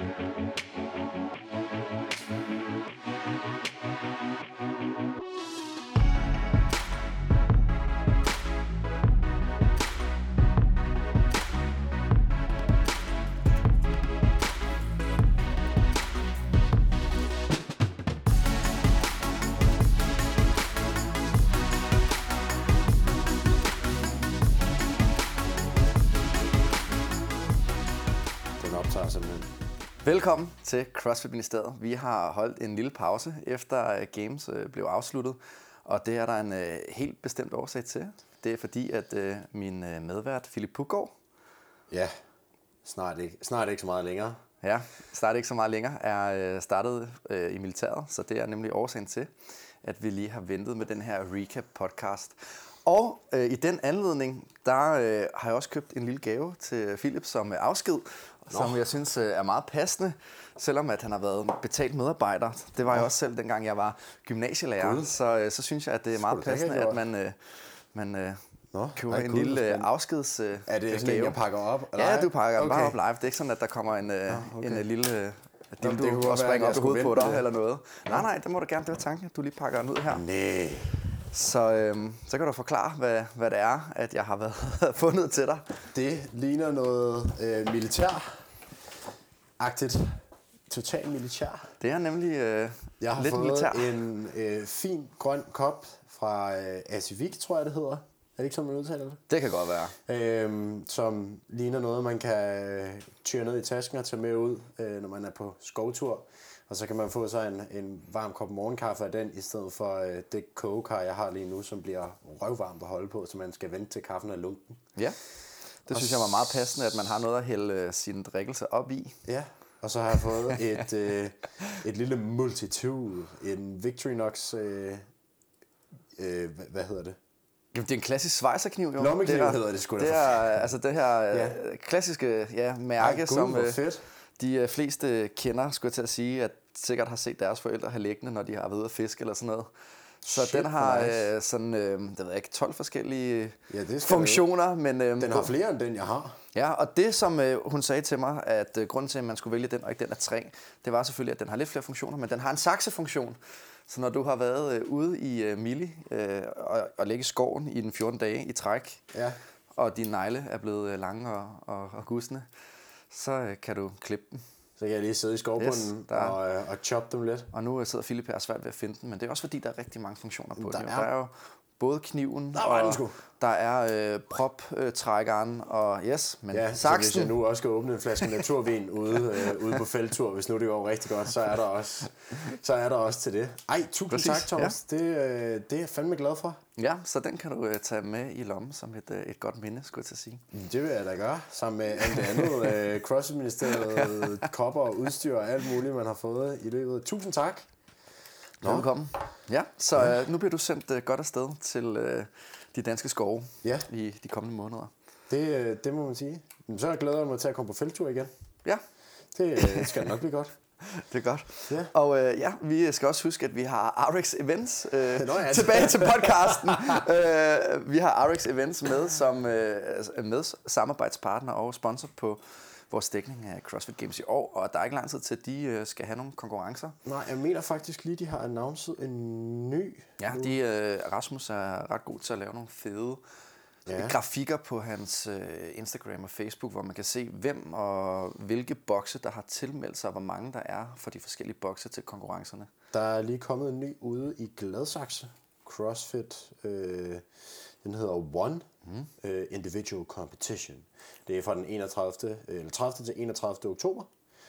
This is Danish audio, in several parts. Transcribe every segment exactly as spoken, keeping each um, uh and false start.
Velkommen til CrossFit Ministeriet. Vi har holdt en lille pause efter Games blev afsluttet, og det er der en uh, helt bestemt årsag til. Det er fordi, at uh, min uh, medvært, Philip Puggaard, ja, snart ikke, snart ikke så meget længere. Ja, snart ikke så meget længere, er uh, startet uh, i militæret, så det er nemlig årsagen til, at vi lige har ventet med den her recap-podcast. Og øh, i den anledning, der øh, har jeg også købt en lille gave til Philip som øh, afsked, Nå. som jeg synes øh, er meget passende, selvom at han har været betalt medarbejder. Det var Nå. jeg også selv, dengang jeg var gymnasielærer, så, øh, så synes jeg, at det er meget Skål, passende, at man, øh, man øh, Nå, køber en God, lille øh, afskeds øh, Er det sådan en, jeg pakker op? Eller? Ja, du pakker okay. bare op live. Det er ikke sådan, at der kommer en, øh, Nå, okay. en øh, lille... Øh, Nå, det du og springer op i hovedet på dig det. Eller noget. Ja. Nej, nej, det må du gerne. Det var tanken, at du lige pakker den ud her. Nej. Så, øhm, så kan du forklare, hvad, hvad det er, at jeg har været fundet til dig. Det ligner noget øh, militær-agtigt. Total militær. Det er nemlig øh, jeg har lidt fået militær. en øh, fin grøn kop fra øh, Asivik, tror jeg det hedder. Er det ikke sådan, man udtaler det? Det kan godt være. Øhm, som ligner noget, man kan tyre ned i tasken og tage med ud, øh, når man er på skovtur. Og så kan man få sig en, en varm kop morgenkaffe af den, i stedet for øh, det kogekar, jeg har lige nu, som bliver røvvarmt at holde på, så man skal vente til kaffen er lunken. Ja, det synes jeg var meget passende, at man har noget at hælde øh, sin drikkelse op i. Ja, og så har jeg fået et, øh, et lille multitool, en Victorinox, øh, øh, hvad, hvad hedder det? Jamen, det er en klassisk svejserkniv, jo. Lommekniv det er, hedder det sgu da. Det er altså det her ja. klassiske ja, mærke, Ej, God, som øh, fedt. de fleste kender, skulle jeg til at sige, at sikkert har set deres forældre have liggende, når de har været ude at fiske eller sådan noget. Så Shit, den har nice. øh, sådan, øh, det ved jeg ikke, tolv forskellige ja, funktioner. Men, øh, den har flere end den, jeg har. Ja, og det som øh, hun sagde til mig, at øh, grunden til, at man skulle vælge den og ikke den af træ, det var selvfølgelig, at den har lidt flere funktioner, men den har en saksefunktion. Så når du har været øh, ude i øh, Mili øh, og, og ligge i skoven i den fjorten dage i træk, ja. og dine negle er blevet øh, lange og, og, og gusne, så øh, kan du klippe dem. Så kan jeg lige sidde i skovbunden yes, og, øh, og choppe dem lidt. Og nu sidder Philip her og svært ved at finde den, men det er også fordi, der er rigtig mange funktioner på der den. Er... Der er jo både kniven, der og der er øh, proptrækkeren, og yes, men ja, saksen. Så hvis jeg nu også skal åbne en flaske naturvin ude, øh, ude på felttur, hvis nu det går rigtig godt, så er der også, så er der også til det. Ej, tusind Præcis, tak, Thomas. Ja. Det, øh, det er jeg fandme glad for. Ja, så den kan du øh, tage med i lommen som et, øh, et godt minde, skulle jeg til at sige. Det vil jeg da gøre, sammen med alt det andet. øh, CrossFit Ministeriet, kopper og udstyr og alt muligt, man har fået i løbet. Tusind tak. Nå. Velkommen. Ja, så ja. Øh, nu bliver du sendt øh, godt afsted til øh, de danske skove ja. i de kommende måneder. Det, øh, det må man sige. Så glæder jeg mig til at komme på felttur igen. Ja. Det øh, skal nok blive godt. Det er godt. Ja. Og øh, ja, vi skal også huske, at vi har R X Events øh, Nå, ja. tilbage til podcasten. øh, vi har R X Events med som øh, med samarbejdspartner og sponsor på vores dækning af CrossFit Games i år, og der er ikke lang tid til, at de øh, skal have nogle konkurrencer. Nej, jeg mener faktisk lige, de har annonceret en ny. Ja, de, øh, Rasmus er ret god til at lave nogle fede ja. grafikker på hans øh, Instagram og Facebook, hvor man kan se, hvem og hvilke bokse, der har tilmeldt sig, hvor mange der er for de forskellige bokse til konkurrencerne. Der er lige kommet en ny ude i Gladsaxe. CrossFit, øh, den hedder One mm. øh, Individual Competition. Det er fra den enogtredivte eller tredivte til enogtredivte oktober.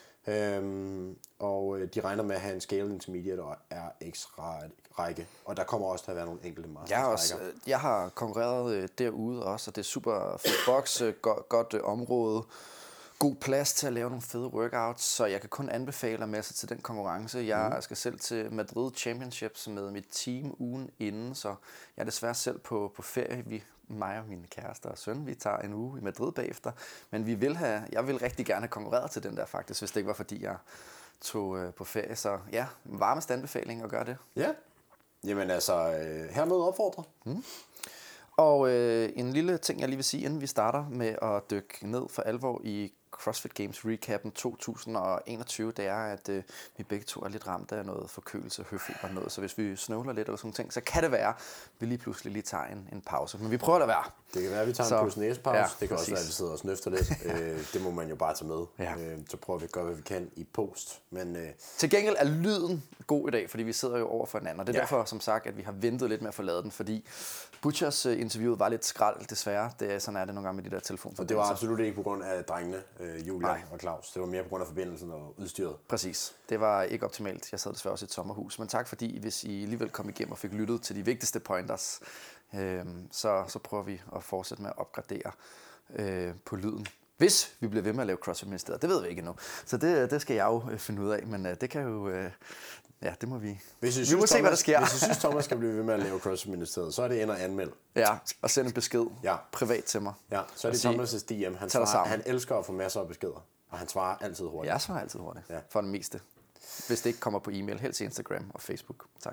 Øhm, og de regner med at have en Scale Intermediate og R X-række. Og der kommer også til at være nogle enkelte mastersrækker. Jeg, jeg har konkurreret derude også, og det er super fedt boks, godt, godt område. God plads til at lave nogle fede workouts, så jeg kan kun anbefale at melde sig til den konkurrence. Jeg mm. skal selv til Madrid Championships med mit team ugen inden, så jeg er desværre selv på, på ferie. Vi, mig og mine kærester og søn, vi tager en uge i Madrid bagefter. Men vi vil have, jeg vil rigtig gerne have konkurreret til den der faktisk, hvis det ikke var fordi jeg tog øh, på ferie. Så ja, varmest anbefaling at gøre det. Ja, jamen altså øh, hermed opfordrer. Mm. Og øh, en lille ting, jeg lige vil sige, inden vi starter med at dykke ned for alvor i CrossFit Games recappen to tusind og enogtyve, det er, at øh, vi begge to er lidt ramt af noget forkølelse, høfeber noget. Så hvis vi snøvler lidt eller sådan ting, så kan det være, at vi lige pludselig lige tager en, en pause. Men vi prøver at lade være. Det kan være, at vi tager så, en pause-næse-pause. Ja, det kan præcis. Også være, at vi sidder og snøfter lidt. øh, det må man jo bare tage med. Ja. Øh, så prøver vi at gøre, hvad vi kan i post. Men, øh, til gengæld er lyden god i dag, fordi vi sidder jo over for hinanden. Og det er ja. derfor, som sagt, at vi har ventet lidt med at forlade den, fordi Butchers uh, interviewet var lidt skrald, desværre. Det er, sådan er det nogle gange med de der telefoner. Og det var absolut ikke på grund af drengene, øh, Julia Nej. og Claus. Det var mere på grund af forbindelsen og udstyret. Præcis. Det var ikke optimalt. Jeg sad desværre også i et sommerhus. Men tak fordi, hvis I alligevel kom igennem og fik lyttet til de vigtigste pointers, øh, så, så prøver vi at fortsætte med at opgradere øh, på lyden. Hvis vi bliver ved med at lave CrossFit-ministeriet, det ved vi ikke endnu. Så det, det skal jeg jo finde ud af, men uh, det kan jo... Uh, ja, det må vi... Hvis I vi synes, må se, Thomas, hvad der sker. Hvis I synes, Thomas skal blive ved med at lave CrossFit-ministeriet, så er det ind og anmelde. Ja, og sende en besked ja. privat til mig. Ja, så er det Thomas' D M. Han, svarer, han elsker at få masser af beskeder, og han svarer altid hurtigt. Jeg svarer altid hurtigt, ja. For det meste. Hvis det ikke kommer på e-mail, helst Instagram og Facebook. Tak.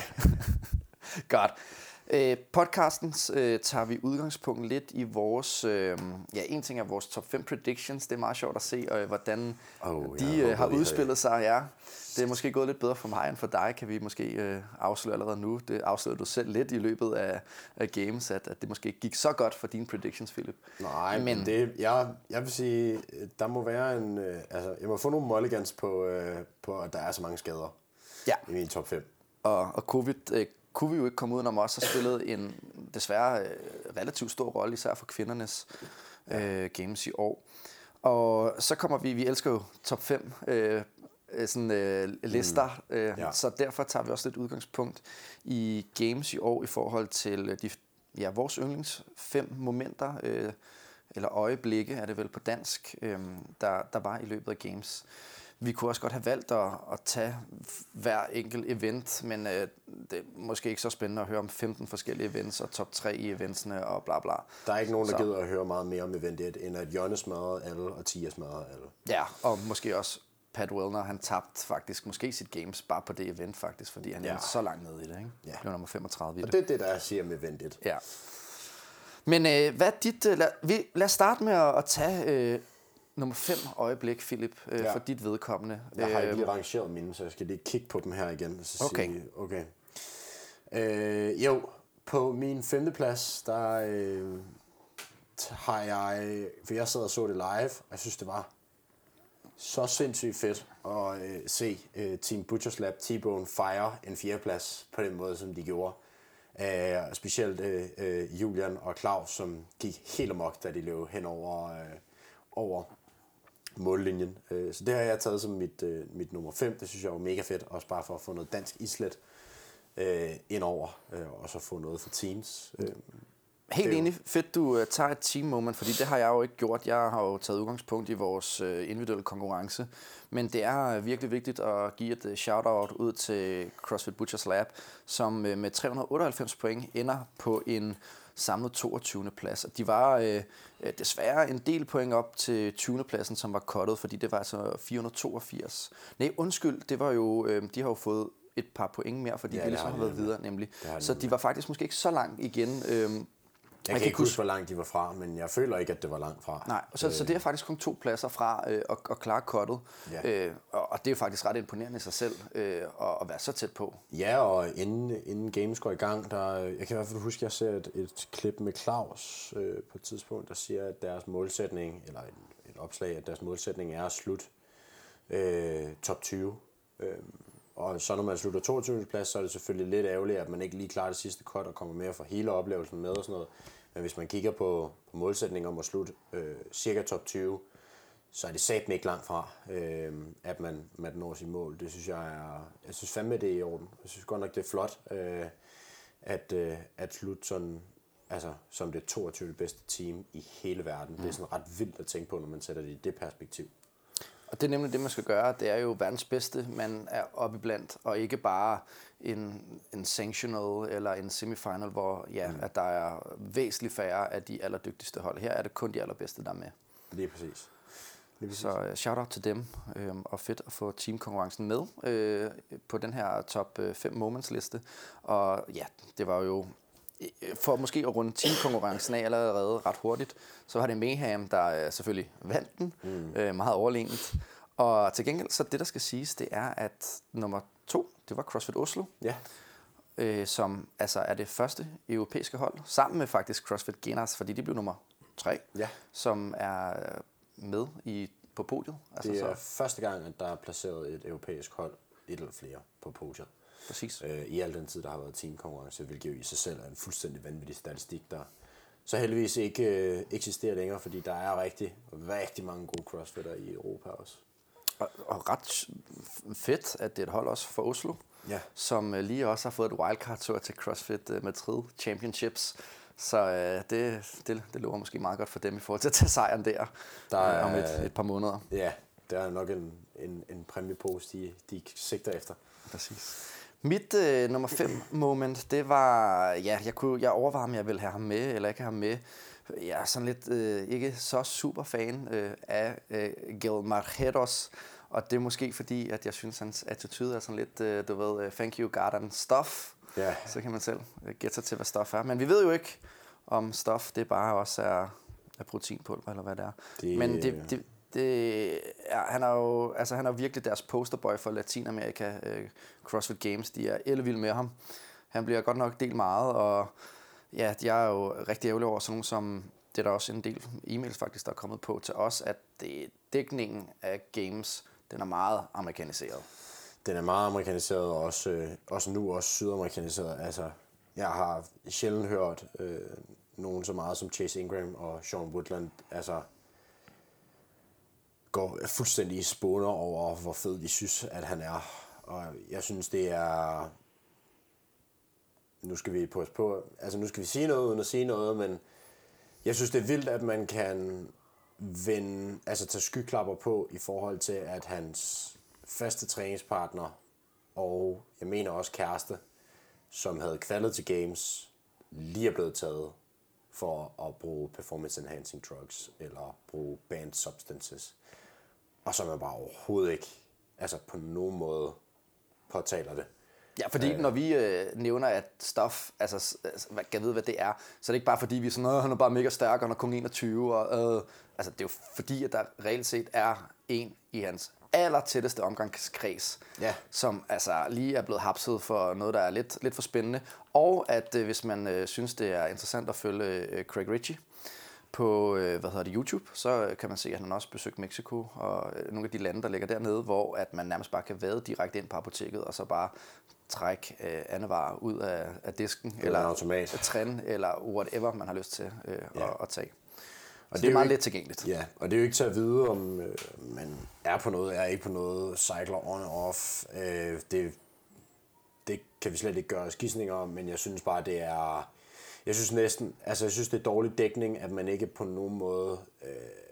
Godt. Øh, podcasten øh, tager vi udgangspunkt lidt i vores, øh, ja, en ting er vores top fem predictions. Det er meget sjovt at se, øh, hvordan oh, de øh, har udspillet sig. Ja. Det er måske gået lidt bedre for mig end for dig, kan vi måske øh, afsløre allerede nu. Det afslørede du selv lidt i løbet af, af games, at, at det måske ikke gik så godt for dine predictions, Philip. Nej, men, men det, jeg, jeg vil sige, der må være en, øh, altså, jeg må få nogle mulligans på, øh, på, at der er så mange skader ja. i min top fem. Og, og covid... Øh, kunne vi jo ikke komme udenom også at spille en desværre øh, relativt stor rolle, især for kvindernes øh, games i år. Og så kommer vi, vi elsker jo top fem øh, sådan, øh, lister, øh, ja. Så derfor tager vi også lidt udgangspunkt i games i år i forhold til de, ja, vores yndlings fem momenter, øh, eller øjeblikke er det vel på dansk, øh, der, der var i løbet af games. Vi kunne også godt have valgt at, at tage hver enkelt event, men øh, det er måske ikke så spændende at høre om femten forskellige events og top tre i eventsene og bla bla. Der er ikke nogen, der så. gider at høre meget mere om eventet, end at Jonna smadrede alle og Tia smadrede alle. Ja, og måske også Pat Wellner, han tabte faktisk måske sit games bare på det event faktisk, fordi han ja. er så langt nede i det, ikke? Ja. Blev nummer femogtredive i det. Og det er det, der jeg siger om eventet. Ja. Men øh, hvad er dit... Øh, lad, vi, lad os starte med at, at tage... Øh, nummer fem øjeblik, Philip, øh, ja. for dit vedkommende. Jeg har ikke lige rangeret mine, så jeg skal lige kigge på dem her igen. Så okay. Sige, okay. Øh, jo, på min femte plads, der øh, har jeg... For jeg sad og så det live, og jeg synes, det var så sindssygt fedt at øh, se øh, Team Butchers Lab T-Bone fejre en fjerdeplads på den måde, som de gjorde. Øh, specielt øh, øh, Julian og Claus, som gik helt amok, da de løb hen over... Øh, over mållinjen. Så det har jeg taget som mit, mit nummer fem. Det synes jeg er mega fedt, også bare for at få noget dansk islet øh, ind over, øh, og så få noget for teams. Øh, Helt enig. Fedt, du uh, tager et team moment, fordi det har jeg jo ikke gjort. Jeg har jo taget udgangspunkt i vores uh, individuelle konkurrence, men det er uh, virkelig vigtigt at give et uh, shout-out ud til CrossFit Butchers Lab, som uh, med tre hundrede og otteoghalvfems point ender på en samlet toogtyvende plads. De var øh, desværre en del point op til tyvende pladsen, som var cuttet, fordi det var altså fire hundrede og toogfirs. Nej, undskyld, det var jo, øh, de har jo fået et par point mere, fordi ja, de ligesom har været videre, nemlig. Så de var faktisk måske ikke så langt igen. Øh, Jeg, jeg kan ikke huske, hvor langt de var fra, men jeg føler ikke, at det var langt fra. Nej, så, øh. så det er faktisk kun to pladser fra øh, at, at klare cuttet. Ja. Øh, og, og det er jo faktisk ret imponerende i sig selv øh, at, at være så tæt på. Ja, og inden, inden games går i gang, der, jeg kan i hvert fald huske, at jeg ser et, et klip med Claus øh, på et tidspunkt, der siger, at deres målsætning, eller et, et opslag, at deres målsætning er at slutte øh, top tyve. Øh, Og så når man slutter toogtyvende plads, så er det selvfølgelig lidt ærgerligt, at man ikke lige klarer det sidste cut og kommer med for hele oplevelsen med og sådan noget. Men hvis man kigger på, på målsætningen om at slutte øh, cirka top tyve, så er det satme ikke langt fra, øh, at man, man når sit mål. Det synes jeg er, jeg synes fandme, det er i orden. Jeg synes godt nok, det er flot, øh, at, øh, at slutte sådan, altså, som det toogtyvende bedste team i hele verden. Mm. Det er sådan ret vildt at tænke på, når man sætter det i det perspektiv. Og det er nemlig det, man skal gøre. Det er jo verdens bedste, man er oppe blandt, og ikke bare en, en sanctional eller en semifinal, hvor ja, mm. at der er væsentligt færre af de allerdygtigste hold. Her er det kun de allerbedste, der er med. Lige præcis. Lige præcis. Så uh, shout out til dem, øh, og fedt at få teamkonkurrencen med øh, på den her top fem moments liste. Og ja, det var jo for måske at runde teamkonkurrencen af allerede ret hurtigt, så var det Mayhem, der øh, selvfølgelig vandt den, mm. øh, meget overlegent. Og til gengæld, så det der skal siges, det er, at nummer to, det var CrossFit Oslo. Ja. Øh, som altså er det første europæiske hold, sammen med faktisk CrossFit Genas, fordi de blev nummer tre, ja. Som er med i, på podiet. Altså, det er så. første gang, at der er placeret et europæisk hold, et eller flere, på podiet. Præcis. Øh, I al den tid, der har været teamkonkurrence, hvilket jo i sig selv er en fuldstændig vanvittig statistik, der så heldigvis ikke øh, eksisterer længere, fordi der er rigtig, rigtig mange gode crossfitter i Europa også. Og, og ret fedt, at det er et hold også for Oslo, ja. som øh, lige også har fået et wildcard-tur til CrossFit øh, Madrid Championships. Så øh, det, det, det lover måske meget godt for dem i forhold til at tage sejren der, der er, øh, om et, et par måneder. Ja, der er nok en, en, en præmiepose, de, de sigter efter. Præcis. Mit øh, nummer fem moment, det var, ja, jeg, kunne, jeg overvejede, om jeg ville have ham med, eller ikke have ham med. Jeg er sådan lidt øh, ikke så super fan øh, af øh, Gil Margeros, og det er måske fordi, at jeg synes, hans attitude er sådan lidt, øh, du ved, uh, thank you God and stuff. Yeah. Så kan man selv øh, gætte sig til, hvad stuff er. Men vi ved jo ikke, om stuff det bare også er, er proteinpulver, eller hvad det er. Det... Men det, det, det, ja, han er jo altså, han er jo virkelig deres posterboy for Latinamerika. Øh, CrossFit Games, de er ellevilde med ham. Han bliver godt nok delt meget, og ja, jeg er jo rigtig ærgerlig over sådan nogle som, det er der også en del e-mails faktisk, der er kommet på til os, at det, dækningen af games, den er meget amerikaniseret. Den er meget amerikaniseret, og også, øh, også nu også sydamerikaniseret. Altså, jeg har sjældent hørt øh, nogen så meget som Chase Ingram og Sean Woodland, altså går fuldstændig i spåner over, hvor fed de synes, at han er. Og jeg synes, det er... Nu skal vi på på, altså nu skal vi sige noget uden at sige noget, men jeg synes, det er vildt, at man kan vende, altså tage skyklapper på i forhold til, at hans faste træningspartner og jeg mener også kæreste, som havde kvalet til games, lige er blevet taget for at bruge performance enhancing drugs eller bruge banned substances. Og så man bare overhovedet ikke, altså på nogen måde påtaler det. Ja, fordi øh, når vi øh, nævner, at stuff, altså, altså hvad, jeg ved, hvad det er, så er det ikke bare fordi, vi er sådan, at han er bare mega stærk, og han er kun enogtyve, og øh, altså det er jo fordi, at der reelt set er en i hans aller tætteste omgangskreds, ja. Som altså lige er blevet hapset for noget, der er lidt, lidt for spændende. Og at øh, hvis man øh, synes, det er interessant at følge øh, Craig Ritchie på øh, hvad hedder det, YouTube, så kan man se, at han også besøgt Mexico og øh, nogle af de lande, der ligger dernede, hvor at man nærmest bare kan vade direkte ind på apoteket, og så bare trække øh, andevarer ud af, af disken, eller træne, eller whatever man har lyst til øh, ja. at, at tage. Og så det er, det er meget let tilgængeligt. Ja, og det er jo ikke til at vide, om øh, man er på noget, er ikke på noget, cycler on og off. Øh, det, det kan vi slet ikke gøre skidsninger om, men jeg synes bare, det er... Jeg synes næsten... Altså, jeg synes, det er dårlig dækning, at man ikke på nogen måde... Øh,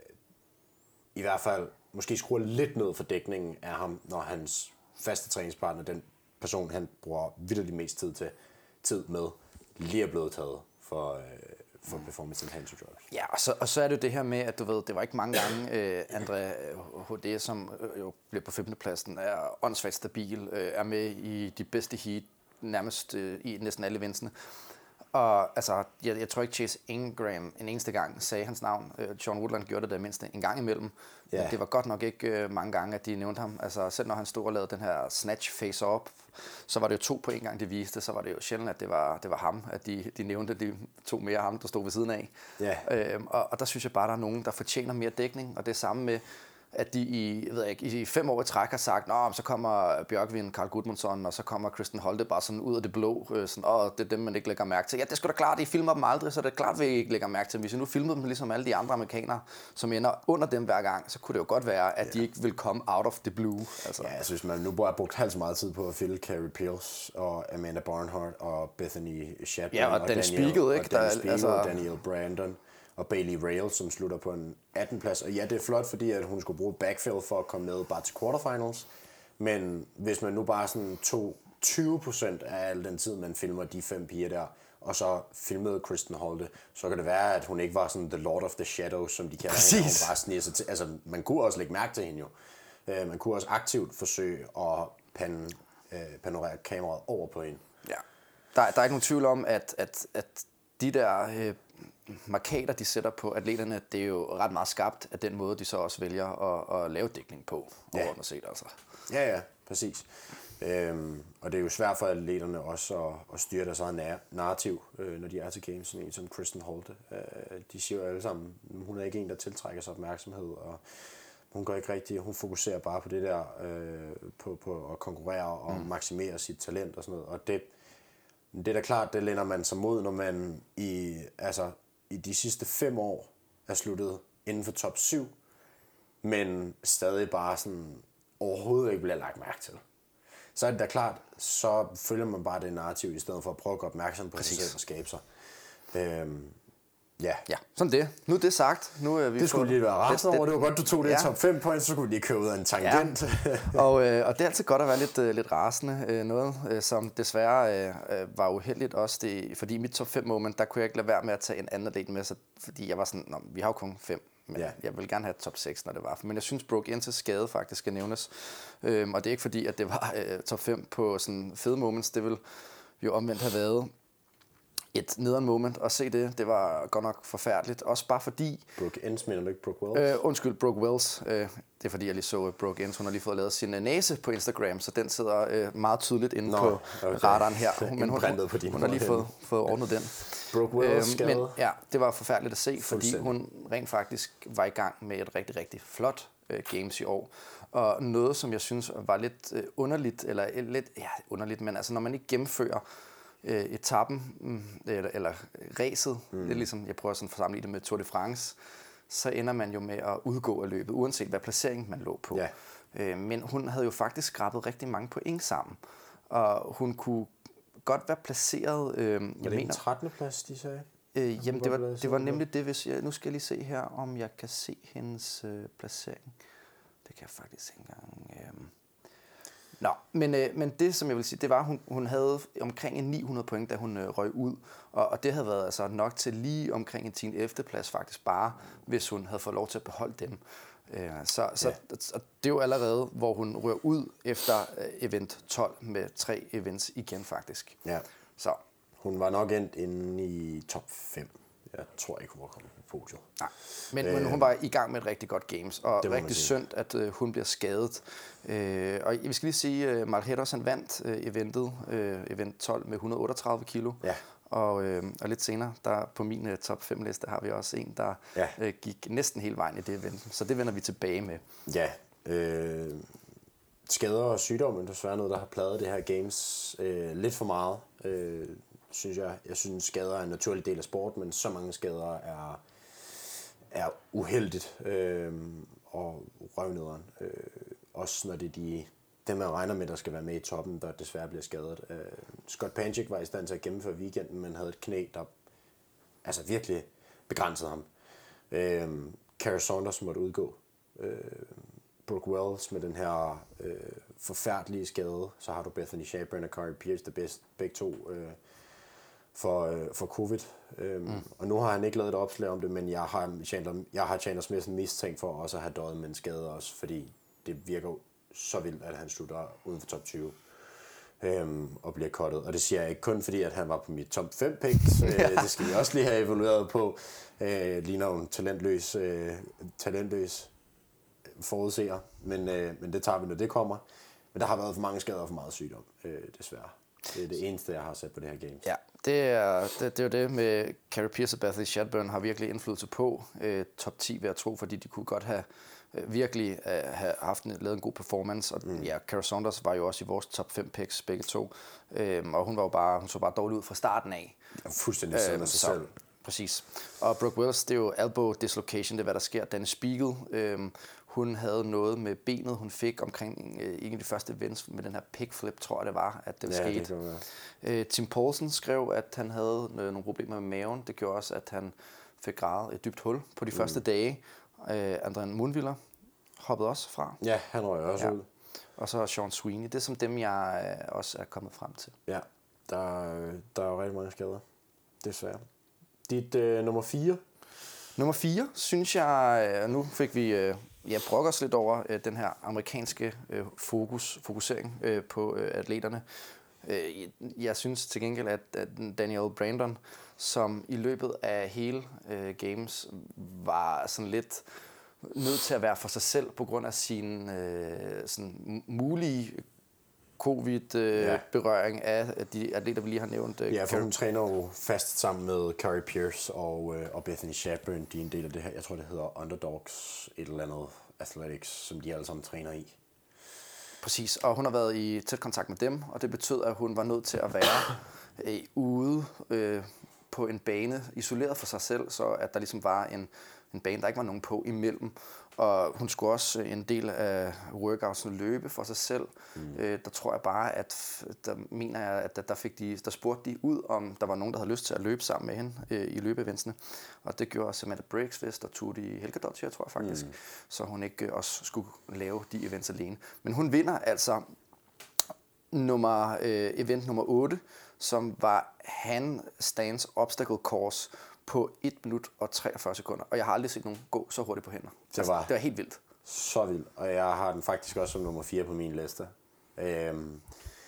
I hvert fald måske skruer lidt ned for dækningen af ham, når hans faste træningspartner, den person, han bruger vitterligt mest tid til, tid med, lige er blevet taget for... Øh, for performance enhancing drugs. Ja, og så, og så er det jo det her med, at du ved, det var ikke mange gange, øh, André H D, som øh, jo blev på femte pladsen, er åndssvagt stabil, øh, er med i de bedste heat, nærmest øh, i næsten alle eventsene. Og altså, jeg, jeg tror ikke Chase Ingram en eneste gang sagde hans navn. Øh, Sean Woodland gjorde det der mindst en gang imellem. Yeah. Men det var godt nok ikke øh, mange gange, at de nævnte ham. Altså, selv når han stod og lavede den her snatch face-up, så var det jo to på en gang, de viste. Så var det jo sjældent, at det var, det var ham, at de, de nævnte, de to mere ham, der stod ved siden af. Yeah. Øh, og, og der synes jeg bare, der er nogen, der fortjener mere dækning. Og det er samme med, at de i, jeg ved ikke, i fem år i træk har sagt, nå, så kommer Bjørkvin, Carl Gudmundsson, og så kommer Kristen Holte bare sådan ud af det blå, øh, sådan, åh, det er dem, man ikke lægger mærke til. Ja, det er sgu da klart, I filmer dem aldrig, så det er klart, vi ikke lægger mærke til. Hvis I nu filmede dem ligesom alle de andre amerikanere, som ender under dem hver gang, så kunne det jo godt være, at ja. de ikke vil komme out of the blue. Altså. Ja, jeg synes, man nu har brugt halvt så meget tid på at filme Carrie Pierce og Amanda Barnhart og Bethany Chapman. Ja, og, og Danny Spiegel, ikke? Og Danny Spiegel, altså... Daniel Brandon. Og Bailey Rail, som slutter på en attende plads. Og ja, det er flot, fordi at hun skulle bruge backfill for at komme med bare til quarterfinals. Men hvis man nu bare sådan tog tyve procent af al den tid, man filmer de fem piger der, og så filmede Kristen Holte, så kan det være, at hun ikke var sådan the Lord of the Shadows, som de kalder Præcis. hende. Hun bare sniger sig til. Altså, man kunne også lægge mærke til hende jo. Man kunne også aktivt forsøge at pan, panorere kameraet over på hende. Ja. Der, der er ikke nogen tvivl om, at, at, at de der øh, markader, de sætter på atleterne, det er jo ret meget skabt af den måde, de så også vælger at, at lave dækning på, Ja. overordnet set altså. Ja, ja, præcis. Øhm, og det er jo svært for atleterne også at, at styre deres eget narrativ, øh, når de er til games, som en som Kristen Holte. Øh, de siger jo alle sammen, hun er ikke en, der tiltrækker sig opmærksomhed, og hun går ikke rigtig, hun fokuserer bare på det der, øh, på, på at konkurrere og mm. maksimere sit talent og sådan noget. Og det, det er da klart, det lænder man sig mod, når man i, altså, i de sidste fem år er sluttet inden for top syv, men stadig bare sådan overhovedet ikke bliver lagt mærke til. Så er det da klart, så følger man bare det narrativ, i stedet for at prøve at gå opmærksom på sig selv og skabe sig. Øhm, ja. Ja, sådan det. Nu er det sagt. Nu er vi det skulle lige være rasende over. Det var godt, du tog det ja. i top fem point, så skulle vi lige køre ud af en tangent. Ja. og, øh, og det er altid godt at være lidt, øh, lidt rasende. Øh, noget, øh, som desværre øh, var uheldigt også. Det, fordi i mit top fem moment, der kunne jeg ikke lade være med at tage en anden atlet med, så, fordi jeg var sådan, nå, vi har jo kun fem. Men ja. Jeg ville gerne have top seks, når det var. Men jeg synes, Brooke Ence skade faktisk skal nævnes. Øhm, og det er ikke fordi, at det var øh, top fem på sådan fede moments. Det ville jo omvendt have været et nederen moment at se det. Det var godt nok forfærdeligt. Også bare fordi... Brooke Ence, mener du ikke Brooke Wells? Øh, undskyld, Brooke Wells. Øh, det er fordi, jeg lige så Brooke Ence. Hun har lige fået lavet sin næse på Instagram, så den sidder øh, meget tydeligt inde Nå, på okay. radaren her. Men hun, hun, hun, hun har lige fået, fået ordnet den. Brooke Wells øhm, men ja, det var forfærdeligt at se, fordi hun rent faktisk var i gang med et rigtig, rigtig flot øh, games i år. Og noget, som jeg synes var lidt øh, underligt, eller lidt, ja, underligt, men altså når man ikke gennemfører øh, etappen, mm, eller, eller ræset, mm. det er ligesom, jeg prøver sådan at sammenligne det med Tour de France, så ender man jo med at udgå af løbet, uanset hvad placering man lå på. Ja. Øh, men hun havde jo faktisk skrabet rigtig mange point sammen, og hun kunne godt være placeret... Øh, jeg var det mener, en trettende plads, de sagde? Øh, jamen, det var, det var nemlig det, hvis jeg... Nu skal jeg lige se her, om jeg kan se hendes øh, placering. Det kan jeg faktisk ikke engang... Øh. Nå, men, øh, men det, som jeg vil sige, det var, at hun, hun havde omkring en ni hundrede point, da hun øh, røg ud. Og, og det havde været altså nok til lige omkring en tiende ellevte plads faktisk bare, hvis hun havde fået lov til at beholde dem. Øh, så så ja. Det er jo allerede, hvor hun rører ud efter øh, event tolv med tre events igen faktisk. Ja. Så. Hun var nok endt inde i top fem. Jeg tror ikke, hun var kommet på podiet. Nej, men, øh, men hun var i gang med et rigtig godt games, og rigtig synd, at øh, hun bliver skadet. Øh, og vi skal lige sige, at uh, Malheros han vandt øh, eventet, øh, event tolv med et hundrede og otteogtredive kilo. Ja. Og, øh, og lidt senere, der på min øh, top fem liste, har vi også en, der ja. øh, gik næsten hele vejen i det event. Så det vender vi tilbage med. Ja, øh, skader og sygdomme er desværre noget, der har plaget det her games øh, lidt for meget. Øh, synes jeg. Jeg synes, skader er en naturlig del af sport, men så mange skader er, er uheldigt øh, og røvnederen. Øh, også når det er de, dem, man regner med, der skal være med i toppen, der desværre bliver skadet. Øh, Scott Panchik var i stand til at gennemføre weekenden, men havde et knæ, der altså virkelig begrænsede ham. Øh, Cara Saunders måtte udgå. Øh, Brooke Wells med den her øh, forfærdelige skade. Så har du Bethany Shabern og Kari Pearce, der bedst, begge to øh, for, øh, for covid. Øhm, mm. Og nu har han ikke lavet et opslag om det, men jeg har Chandler, jeg har Chandler Smith mistænkt for også at have døjet med en skade også, fordi det virker så vildt, at han slutter uden for top tyve øhm, og bliver cuttet. Og det siger jeg ikke kun fordi, at han var på mit top fem picks. ja. øh, det skal vi også lige have evalueret på. Øh, ligner jo en talentløs, øh, talentløs forudseer, men, øh, men det tager vi, når det kommer. Men der har været for mange skader og for meget sygdom, øh, desværre. Det er det eneste, jeg har set på det her game. Ja, det er, det, det er jo det med Kari Pearce og Bethany Shabern har virkelig indflydelse på øh, top ti, vil jeg tro, fordi de kunne godt have øh, virkelig øh, have haft en, lavet en god performance. Og mm. ja, Cara Saunders var jo også i vores top fem picks, begge to. Øh, og hun var jo bare, hun så bare dårlig ud fra starten af. Ja, fuldstændig selv af sig selv. Præcis. Og Brooke Wells, det er jo elbow dislocation, det er hvad der sker. Danny Spiegel, øh, hun havde noget med benet, hun fik omkring øh, en af de første events med den her pickflip, tror jeg det var, at det ja, skete. Det øh, Tim Poulsen skrev, at han havde øh, nogle problemer med maven. Det gjorde også, at han fik gravet et dybt hul på de mm. første dage. Øh, Adrian Mundviller hoppede også fra. Ja, han røg også ja. ud. Og så Sean Sweeney. Det er som dem, jeg øh, også er kommet frem til. Ja, der, der er jo rigtig mange skader, desværre. Dit øh, nummer fire? Nummer fire, synes jeg, øh, nu fik vi... Øh, Jeg brokker os lidt over øh, den her amerikanske øh, fokus, fokusering øh, på øh, atleterne. Øh, jeg synes til gengæld, at, at Danielle Brandon, som i løbet af hele øh, games var sådan lidt nødt til at være for sig selv på grund af sin øh, sådan mulige covid-berøring ja. af de atleter, vi lige har nævnt. Ja, for hun træner jo fast sammen med Carrie Pierce og, øh, og Bethany Shadburn. De er en del af det her, jeg tror det hedder Underdogs, et eller andet athletics, som de alle sammen træner i. Præcis, og hun har været i tæt kontakt med dem, og det betød, at hun var nødt til at være øh, ude øh, på en bane, isoleret for sig selv, så at der ligesom var en, en bane, der ikke var nogen på imellem. Og hun skulle også en del af workoutsen løbe for sig selv. Mm. Øh, der tror jeg bare, at der mener jeg, at der, fik de, der spurgte de ud, om der var nogen, der havde lyst til at løbe sammen med hende øh, i løbeeventsene. Og det gjorde Samantha Briggs vist og Tutti Helgadottir, tror jeg faktisk. Mm. Så hun ikke øh, også skulle lave de events alene. Men hun vinder altså nummer, øh, event nummer otte, som var handstands obstacle course på et minut og treogfyrre sekunder. Og jeg har aldrig set nogen gå så hurtigt på hænder. Det var, det var helt vildt. Så vildt. Og jeg har den faktisk også som nummer fire på min liste. Øhm,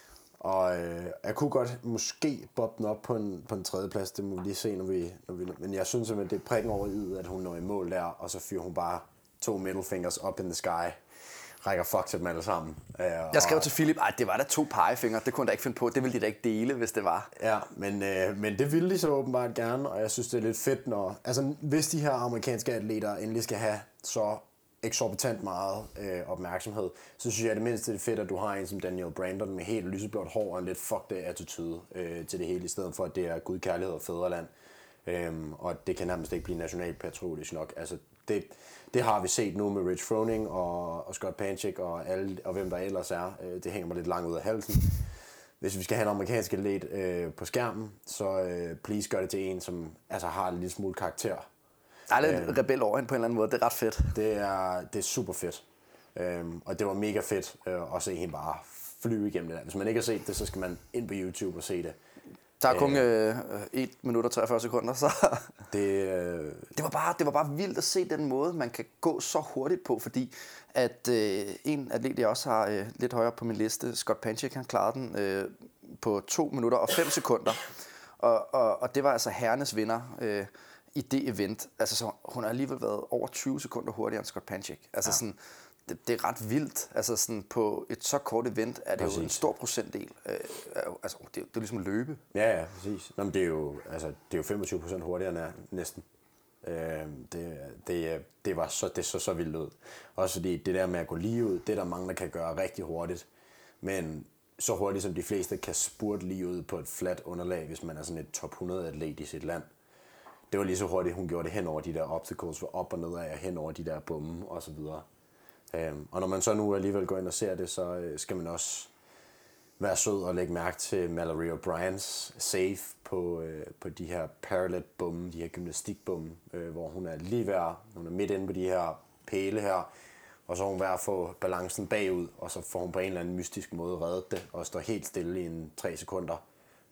og øh, jeg kunne godt måske bobbe den op på en, på en tredje plads. Det må vi lige se, når vi... Når vi men jeg synes simpelthen, det er prikken over i, at hun når i mål der, og så fyrer hun bare to middle fingers up in the sky. Rækker fuck til dem alle sammen. Øh, jeg skrev og, til Philip, at det var da to pegefingre. Det kunne jeg da ikke finde på. Det ville de da ikke dele, hvis det var. Ja, men, øh, men det ville de så åbenbart gerne, og jeg synes, det er lidt fedt, når... Altså, hvis de her amerikanske atleter endelig skal have så eksorbitant meget øh, opmærksomhed, så synes jeg, at det mindste det er fedt, at du har en som Danielle Brandon med helt lyseblåt hår og en lidt fuck det attitude øh, til det hele, i stedet for, at det er Gud, kærlighed og fædreland. Øhm, og det kan nærmest ikke blive nationalpatriotisk nok. Altså, det, det har vi set nu med Rich Froning og, og Scott Panchik og, alle, og hvem der ellers er. Øh, det hænger mig lidt langt ud af halsen. Hvis vi skal have en amerikansk atlet øh, på skærmen, så øh, please gør det til en, som altså, har en lille smule karakter. Der er lidt øh, rebel over hende på en eller anden måde. Det er ret fedt. Det er, det er super fedt. Øhm, og det var mega fedt øh, at se hende bare flyve igennem det der. Hvis man ikke har set det, så skal man ind på YouTube og se det. Der er kun øh, et minut og treogfyrre sekunder, så det, øh... det, var bare, det var bare vildt at se den måde, man kan gå så hurtigt på, fordi at øh, en atlet, jeg også har øh, lidt højere på min liste, Scott Panchik, han klarede den øh, på to minutter og fem sekunder, og, og, og det var altså herrenes vinder øh, i det event. Altså, så hun har alligevel været over tyve sekunder hurtigere end Scott Panchik. Altså ja. sådan... Det, det er ret vildt. Altså sådan på et så kort event er det præcis. Jo en stor procentdel. Øh, altså det, det er ligesom at løbe. Ja, ja, præcis. Nå, men det er jo altså det er jo femogtyve procent hurtigere næsten. Øh, det, det, det var så det så så vildt ud. Også fordi det der med at gå lige ud, det der mange der kan gøre rigtig hurtigt. Men så hurtigt som de fleste kan spurte lige ud på et fladt underlag, hvis man er sådan et top hundrede atlet i sit land. Det var lige så hurtigt hun gjorde det hen over de der obstacles, var op og ned af hen over de der bomme og så videre. Um, og når man så nu alligevel går ind og ser det, så uh, skal man også være sød og lægge mærke til Mallory O'Briens save på, uh, på de her parallel-bomme, de her gymnastikbomme, uh, hvor hun er lige ved at, hun er midt inde på de her pæle her, og så er hun ved at få balancen bagud, og så får hun på en eller anden mystisk måde reddet det, og står helt stille i en tre sekunder.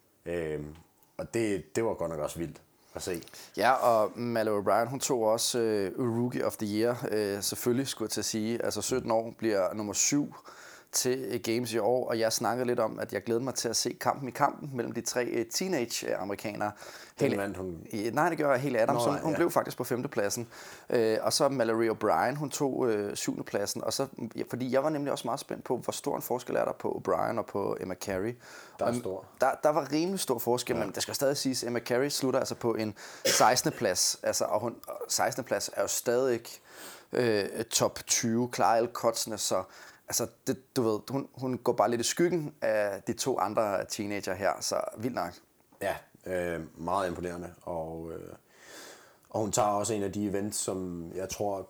Um, og det, det var godt nok også vildt at se. Ja, og Mallory O'Brien, hun tog også uh, Rookie of the Year, uh, selvfølgelig skulle jeg til at sige. Altså sytten år bliver nummer syv til Games i år, og jeg snakkede lidt om, at jeg glæder mig til at se kampen i kampen mellem de tre uh, teenage-amerikanere. Den vandt hun? Nej, det gør Haley Adams. Nå, hun hun ja. blev faktisk på femtepladsen. Uh, og så Mallory O'Brien, hun tog uh, syvende pladsen. Og så, ja, fordi jeg var nemlig også meget spændt på, hvor stor en forskel er der på O'Brien og på Emma Carey. Der er stor. Der, der var rimelig stor forskel, ja. Men der skal stadig siges, at Emma Carey slutter altså på en sekstende plads. Altså, og hun, sekstende plads er jo stadig øh, top tyve, klarer alle cutsene, så altså, det, du ved, hun, hun går bare lidt i skyggen af de to andre teenager her, så vildt nok. Ja, øh, meget imponerende, og, øh, og hun tager også en af de events, som jeg tror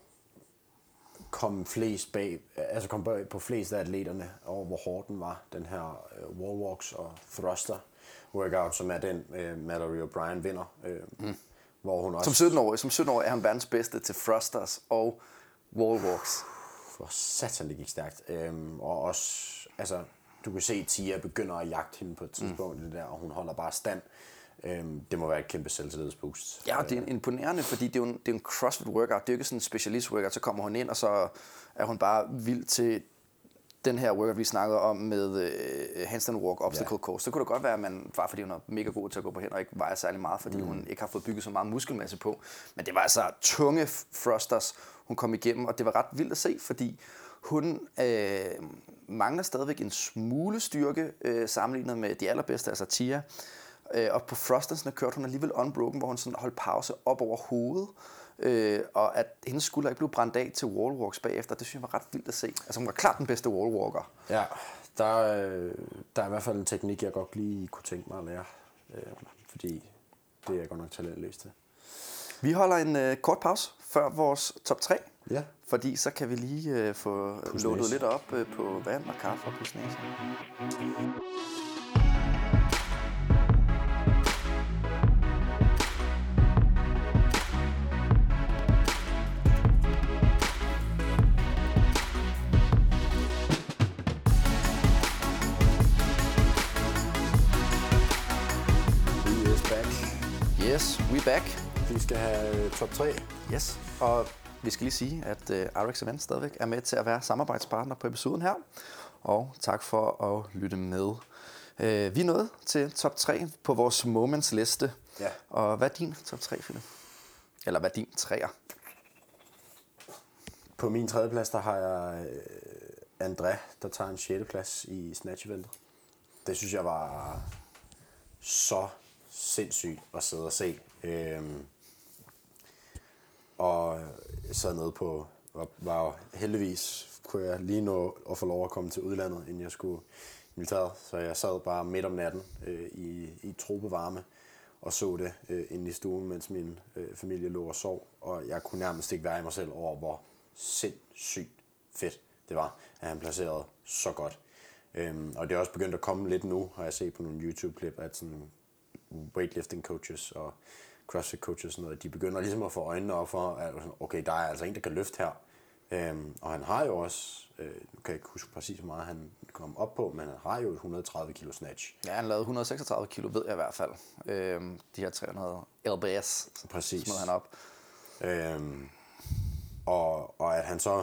kom flest bag, altså kom bag på flest af atleterne over, hvor hårdt den var, den her uh, wallwalks og thruster workout, som er den uh, Mallory O'Brien vinder. Uh, mm. Hvor hun også... Som sytten-årig, som sytten-årig er han verdens bedste til thrusters og wallwalks. For satan, det gik stærkt. Um, og også, altså, du kan se, at Tia begynder at jagte hende på et tidspunkt, mm. det der, og hun holder bare stand. Um, det må være et kæmpe selvtillidsboost. Ja, det er imponerende, fordi det er jo en, det er en CrossFit workout. Det er jo ikke sådan en specialist workout. Så kommer hun ind, og så er hun bare vild til den her workout, vi snakkede om med øh, handstand walk obstacle ja. course, så kunne det godt være, at man, bare fordi hun er mega god til at gå på hænder, og ikke vejer særlig meget, fordi mm. hun ikke har fået bygget så meget muskelmasse på. Men det var altså tunge thrusters, hun kom igennem, og det var ret vildt at se, fordi hun øh, mangler stadigvæk en smule styrke øh, sammenlignet med de allerbedste, altså Tia. Øh, og på thrustersne kørte hun alligevel unbroken, hvor hun sådan holdt pause op over hovedet. Øh, og at hendes skulder ikke blev brændt af til wallwalks bagefter, det synes jeg var ret vildt at se. Altså hun var klart den bedste wallwalker. Ja, der, øh, der er i hvert fald en teknik, jeg godt lige kunne tænke mig at lære. Øh, fordi det er jeg godt nok talentløs til. Vi holder en øh, kort pause før vores top tre. Ja. Fordi så kan vi lige øh, få låtet lidt op øh, på vand og kaffe og pusnæse. Yes, we back. Vi skal have top tre. Yes, og vi skal lige sige, at uh, R X Event stadigvæk er med til at være samarbejdspartner på episoden her. Og tak for at lytte med. Uh, vi er nået til top tre på vores moments liste. Ja. Og hvad er din top tre, Philip? Eller hvad er din treer? På min tredje plads, der har jeg uh, André, der tager en sjette plads i Snatch Eventet. Det synes jeg var så sindssygt at sidde og se. Øhm, og jeg sad nede på, var, var heldigvis, kunne jeg lige nå at få lov at komme til udlandet, inden jeg skulle i militæret. Så jeg sad bare midt om natten øh, i, i tropevarme og så det øh, inde i stuen, mens min øh, familie lå og sov. Og jeg kunne nærmest ikke være i mig selv over, hvor sindssygt fedt det var, at han placerede så godt. Øhm, og det er også begyndt at komme lidt nu, har jeg set på nogle YouTube-klip, at sådan weightlifting coaches og CrossFit coaches og noget, de begynder ligesom at få øjnene op for, at okay, der er altså en, der kan løfte her. Øhm, og han har jo også, øh, nu kan jeg ikke huske præcis, hvor meget han kom op på, men han har jo et hundrede og tredive kilo snatch. Ja, han lavede et hundrede og seksogtredive kilo, ved jeg i hvert fald. Øhm, de her tre hundrede L B S præcis. Smed han op. Øhm, og, og at han så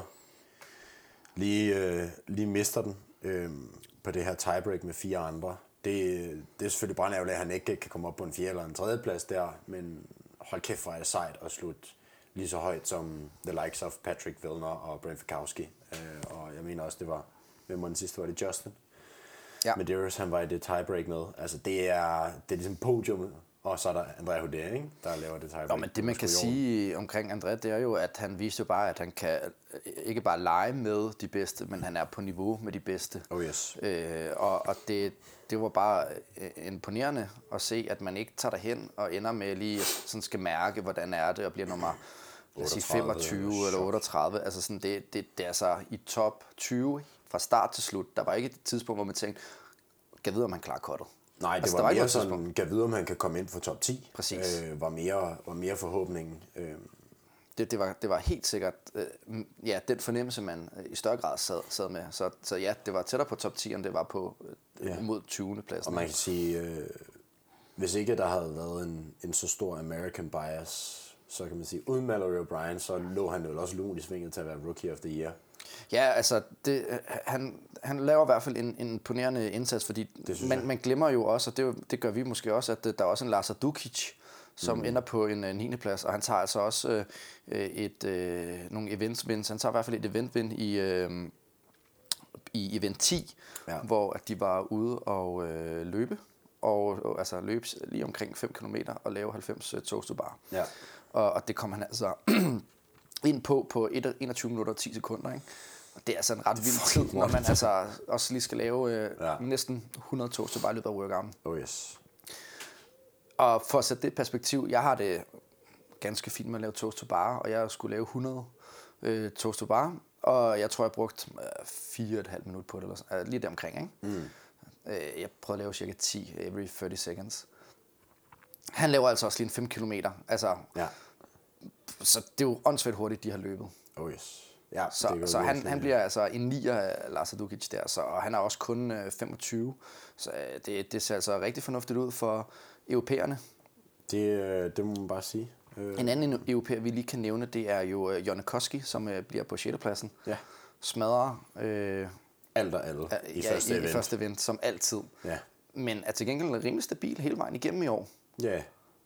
lige, øh, lige mister den øh, på det her tiebreak med fire andre. Det, det er selvfølgelig bare ærgerligt, at han ikke kan komme op på en fjerde eller en tredje plads der, men hold kæft, hvor er det sejt at slutte lige så højt som the likes of Patrick Vellner og Brent Fikowski. Uh, og jeg mener også, det var, hvem var den sidste, var det Justin? Ja. Medeiros, han var i det tiebreak med. Altså det er, det er ligesom podium, og så er der André Hodé, ikke? Der laver det tiebreak. Nå, men det man kan sige omkring André, det er jo, at han viser jo bare, at han kan ikke bare lege med de bedste, men han er på niveau med de bedste. Oh yes. Øh, og og det, det var bare imponerende at se, at man ikke tager derhen og ender med lige sådan skal mærke, hvordan er det, og bliver nummer lad os sige femogtyve eller otteogtredive. Altså sådan, det, det, det er så i top tyve fra start til slut. Der var ikke et tidspunkt, hvor man tænkte, kan vide, om han klarer cuttet. Nej, det altså, var, var mere sådan, kan vide, om han kan komme ind for top ti. Præcis. Øh, var, mere, var mere forhåbningen. Øh. Det, det, var, det var helt sikkert øh, ja, den fornemmelse, man øh, i større grad sad, sad med. Så, så ja, det var tættere på top ti, end det var på øh, ja. mod tyvende pladsen. Og man kan sige, øh, hvis ikke der havde været en, en så stor American bias, så kan man sige, uden Mallory O'Brien, så lå han jo også lunt i svinget til at være Rookie of the Year. Ja, altså, det, han, han laver i hvert fald en, en imponerende indsats, fordi man, man glemmer jo også, og det, det gør vi måske også, at der er også en Lazar Dukic, som mm. ender på en niende plads, og han tager altså også øh, et, øh, nogle events wins. Han tager i hvert fald et event win i, øh, i event ti, ja. Hvor at de var ude og øh, løbe, og, og altså løbe lige omkring fem kilometer og lave halvfems uh, toast to bar. Ja. Og, og det kom han altså ind på på enogtyve minutter og ti sekunder, ikke? Og det er altså en ret vild tid, når man altså også lige skal lave øh, ja. næsten hundrede toast to bar i løbet af workouten. Oh yes. Og for at sætte det perspektiv, jeg har det ganske fint med at lave toast to bar, og jeg skulle lave hundrede øh, toast to bar, og jeg tror, jeg brugte øh, fire og et halvt minut på det, eller sådan, øh, lige der omkring, ikke? Mm. Øh, jeg prøvede at lave cirka ti every thirty seconds. Han laver altså også lige en fem kilometer, altså, ja. Så det er jo åndssvagt hurtigt, de har løbet. Oh yes. Ja, så så han, han bliver altså en nier af Lazar Dukic der, så, og han er også kun øh, femogtyve, så øh, det, det ser altså rigtig fornuftigt ud for europæerne. Det, det må man bare sige. En anden europæer, vi lige kan nævne, det er jo Jonne Koski, som øh, bliver på sjette pladsen. Ja. Smadrer øh, alt og alle i ja, første i, event. i første event, som altid. Ja. Men er til gengæld rimelig stabil hele vejen igennem i år. Ja,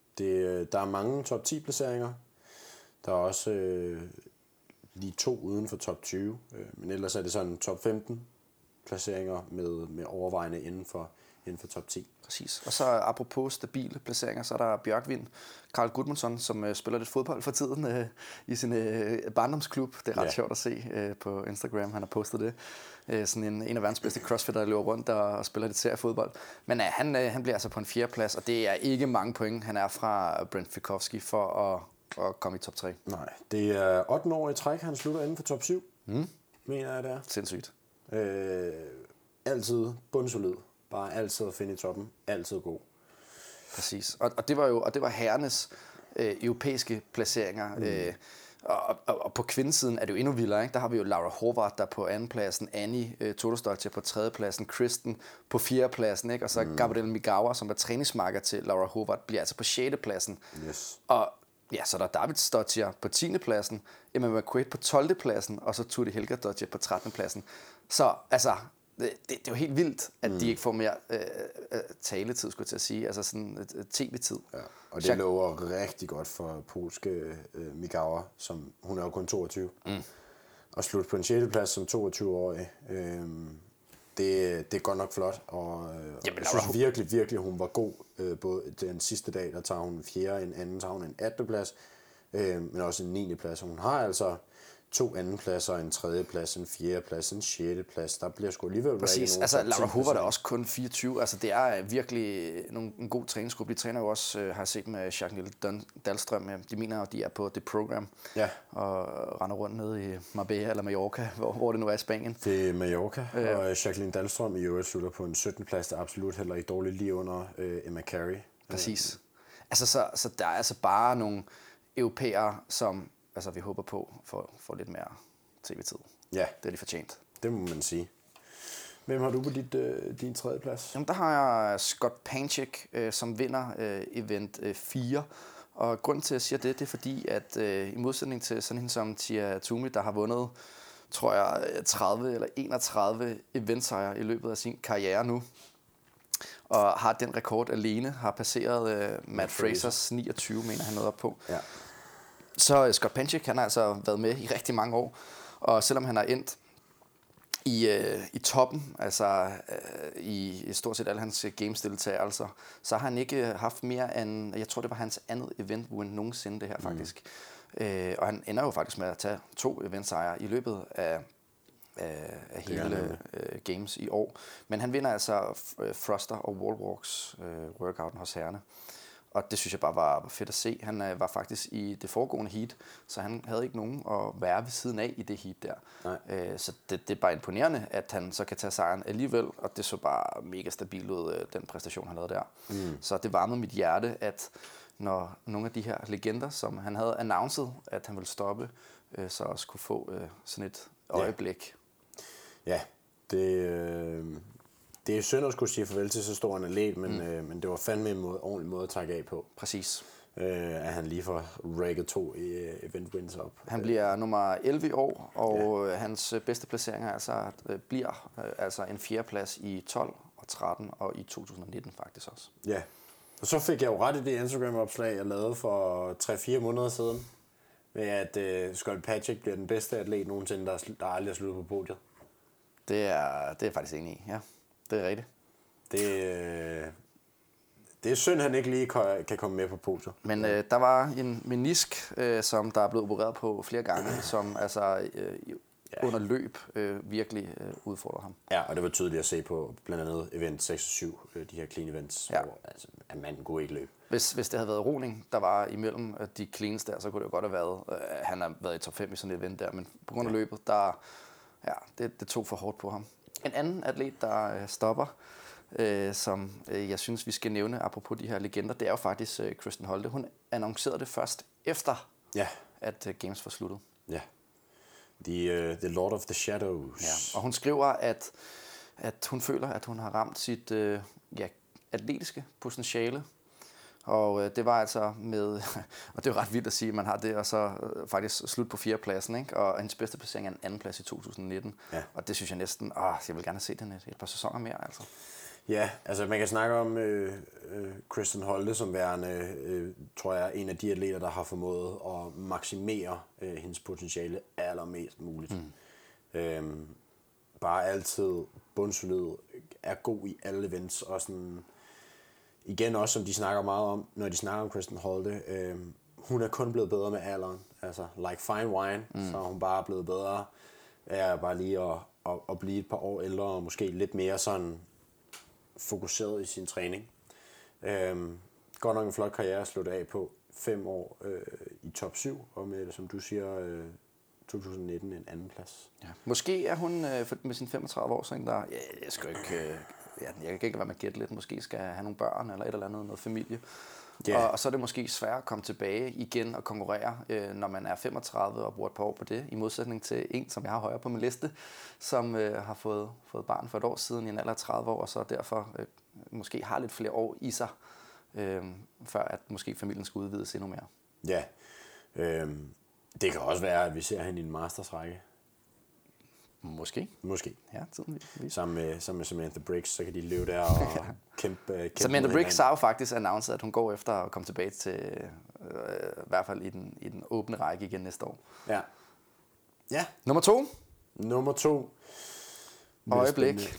det, der er mange top ti placeringer. Der er også øh, lige to uden for top tyve, øh, men ellers er det sådan top femten placeringer med, med overvejende inden for, inden for top ti. Præcis. Og så apropos stabile placeringer, så er der Bjørkvin, Carl Gudmundsson, som øh, spiller lidt fodbold for tiden øh, i sin øh, barndomsklub. Det er ret ja. sjovt at se øh, på Instagram, han har postet det. Øh, sådan en, en af verdens bedste crossfitter, der løber rundt og, og spiller lidt seriefodbold. Men øh, han, øh, han bliver altså på en fjerde plads, og det er ikke mange point, han er fra Brent Fikowski for at, at komme i top tre. Nej, det er ottende år i træk, han slutter inden for top syv, mm. mener jeg det er. Sindssygt. Øh, altid bundsolid. Bare altid at finde i toppen. Altid god. Præcis. Og, og det var jo og det var herrenes øh, europæiske placeringer. Mm. Øh, og, og, og på kvindesiden er det jo endnu vildere, ikke? Der har vi jo Laura Horvath, der på andenpladsen, Annie øh, Todosdottir på tredjepladsen, Kristen på fjerdepladsen, ikke? Og så mm. Gabriel Migawa, som var træningsmarker til Laura Horvath, bliver altså på sjettepladsen. Yes. Og ja, så er der David Stottir på tiendepladsen, Emma McQuaid på tolvtepladsen, og så Tutti Helgadottir på trettendepladsen. Så altså, det, det, det er jo helt vildt, at mm. de ikke får mere øh, øh, taletid, skulle jeg til at sige, altså sådan øh, tv-tid. Ja, og det lover rigtig godt for polske øh, Migawa, som hun er jo kun toogtyve. Mm. Og slut på en sjetteplads som toogtyve-årig. Øh, det, det er godt nok flot, og øh, Jamen, jeg synes virkelig, virkelig, hun var god. Øh, både den sidste dag, der tager hun en fjerde, en anden tager hun en attende plads, øh, men også en niende plads. Hun har altså to andenpladser, en tredje plads, en fjerde plads, en sjette plads. Der bliver sgu alligevel præcis. Altså Laura Hoover er også kun fireogtyve. Altså det er virkelig nogle, en god træningsgruppe. De træner jo også, øh, har jeg set med Jacques Dahlstrøm. De mener, at de er på det program. Ja. Og render rundt nede i Marbella eller Mallorca, hvor, hvor det nu er i Spanien. Det er Mallorca, øh. og Jacqueline Dahlstrøm i øvrigt slutter på en syttende plads, der absolut heller ikke dårligt lige under øh, Emma Carey. Præcis. Altså så, så der er altså bare nogle europæere, som altså, vi håber på for, for lidt mere tv-tid. Ja. Det er de fortjent. Det må man sige. Hvem har du på dit, øh, din tredje plads? Jamen, der har jeg Scott Panchik, øh, som vinder øh, event øh, fire. Og grunden til, at jeg siger det, det er fordi, at øh, i modsætning til sådan en som Tia Toomey, der har vundet, tror jeg, tredive eller enogtredive eventsejre i løbet af sin karriere nu, og har den rekord alene, har passeret øh, Matt Frasers niogtyve, mener han noget op på. Ja. Så Scott Panchik, han har altså været med i rigtig mange år, og selvom han har endt i, øh, i toppen, altså øh, i, i stort set alle hans games-deltagelser, så har han ikke haft mere end, jeg tror det var hans andet event-win nogensinde det her faktisk. Mm. Øh, og han ender jo faktisk med at tage to eventsejre i løbet af, af, af hele øh, games i år. Men han vinder altså Thruster og Wallwalks øh, workouten hos herrerne. Og det synes jeg bare var fedt at se. Han øh, var faktisk i det foregående heat, så han havde ikke nogen at være ved siden af i det heat der. Øh, så det, det er bare imponerende, at han så kan tage sejren alligevel, og det så bare mega stabilt ud, øh, den præstation, han lavede der. Mm. Så det varmede mit hjerte, at når nogle af de her legender, som han havde announced, at han ville stoppe, øh, så også kunne få øh, sådan et øjeblik. Ja, ja det... Øh... Det er synd at skulle sige farvel til så stor en atlet, men, mm. øh, men det var fandme en måde, ordentlig måde at trække af på. Præcis. Øh, at han lige får rækket to i uh, event wins op. Han bliver nummer elleve i år, og ja. hans bedste placeringer altså, bliver øh, altså en fjerdeplads i tolv og tretten og i to tusind nitten faktisk også. Ja, og så fik jeg jo ret i det Instagram-opslag, jeg lavede for tre fire måneder siden, med at øh, Scott Panchik bliver den bedste atlet nogensinde, der, der aldrig har sluttet på podiet. Det er, det er jeg faktisk enig i, ja. Det er rigtigt. Det, øh, det er synd, han ikke lige kan komme med på podiet. Men øh, der var en menisk, øh, som der er blevet opereret på flere gange, som altså øh, ja. under løb øh, virkelig øh, udfordrer ham. Ja, og det var tydeligt at se på blandt andet event seks og syv, øh, de her clean events, ja. hvor altså, at manden kunne ikke løbe. Hvis, hvis det havde været roning, der var imellem de cleans der, så kunne det jo godt have været, øh, han har været i top fem i sådan et event der, men på grund af ja. løbet, der, ja, det, det tog for hårdt på ham. En anden atlet, der øh, stopper, øh, som øh, jeg synes, vi skal nævne, apropos de her legender, det er jo faktisk øh, Kristen Holte. Hun annoncerede det først efter, ja. at øh, games var sluttet. Ja. The, uh, the Lord of the Shadows. Ja. Og hun skriver, at, at hun føler, at hun har ramt sit øh, ja, atletiske potentiale. Og øh, det var altså med, og det er jo ret vildt at sige, at man har det, og så øh, faktisk slut på fjerdepladsen, ikke? Og hendes bedste placering er en anden plads i to tusind nitten. Ja. Og det synes jeg næsten, åh, jeg vil gerne have set hende et, et par sæsoner mere, altså. Ja, altså man kan snakke om øh, øh, Kristen Holte som værende, øh, tror jeg, en af de atleter, der har formået at maksimere øh, hendes potentiale allermest muligt. Mm. Øhm, bare altid bundsolid, er god i alle events, og sådan, igen også, som de snakker meget om, når de snakker om Kristen Holte, øh, hun er kun blevet bedre med alderen. Altså, like fine wine, mm. så er hun bare blevet bedre. Er bare lige at, at, at blive et par år ældre, og måske lidt mere sådan fokuseret i sin træning. Øhm, godt nok en flot karriere at slutte af på. Fem år øh, i top syv, og med, som du siger, øh, to tusind nitten en anden plads. Ja. Måske er hun øh, med sin femogtredive år, sådan der, ja, jeg skal ikke, øh, ja, jeg kan ikke være med at gætte lidt, måske skal have nogle børn eller et eller andet, noget familie. Yeah. Og, og så er det måske svært at komme tilbage igen og konkurrere, øh, når man er femogtredive og bruger et par år på det, i modsætning til en, som jeg har højere på min liste, som øh, har fået, fået barn for et år siden i en alder af tredive år, og så derfor øh, måske har lidt flere år i sig, øh, før at måske familien skal udvides endnu mere. Ja, øh, det kan også være, at vi ser hende i en mastersrække. Måske. Måske. Ja, tiden vi. Sammen med, sammen med Samantha Briggs, så kan de løbe der og kæmpe, kæmpe. Samantha Briggs har jo faktisk annonceret, at hun går efter at komme tilbage til, øh, i hvert fald i den, i den åbne række igen næste år. Ja. Ja. Nummer to. Nummer to. Øjeblik.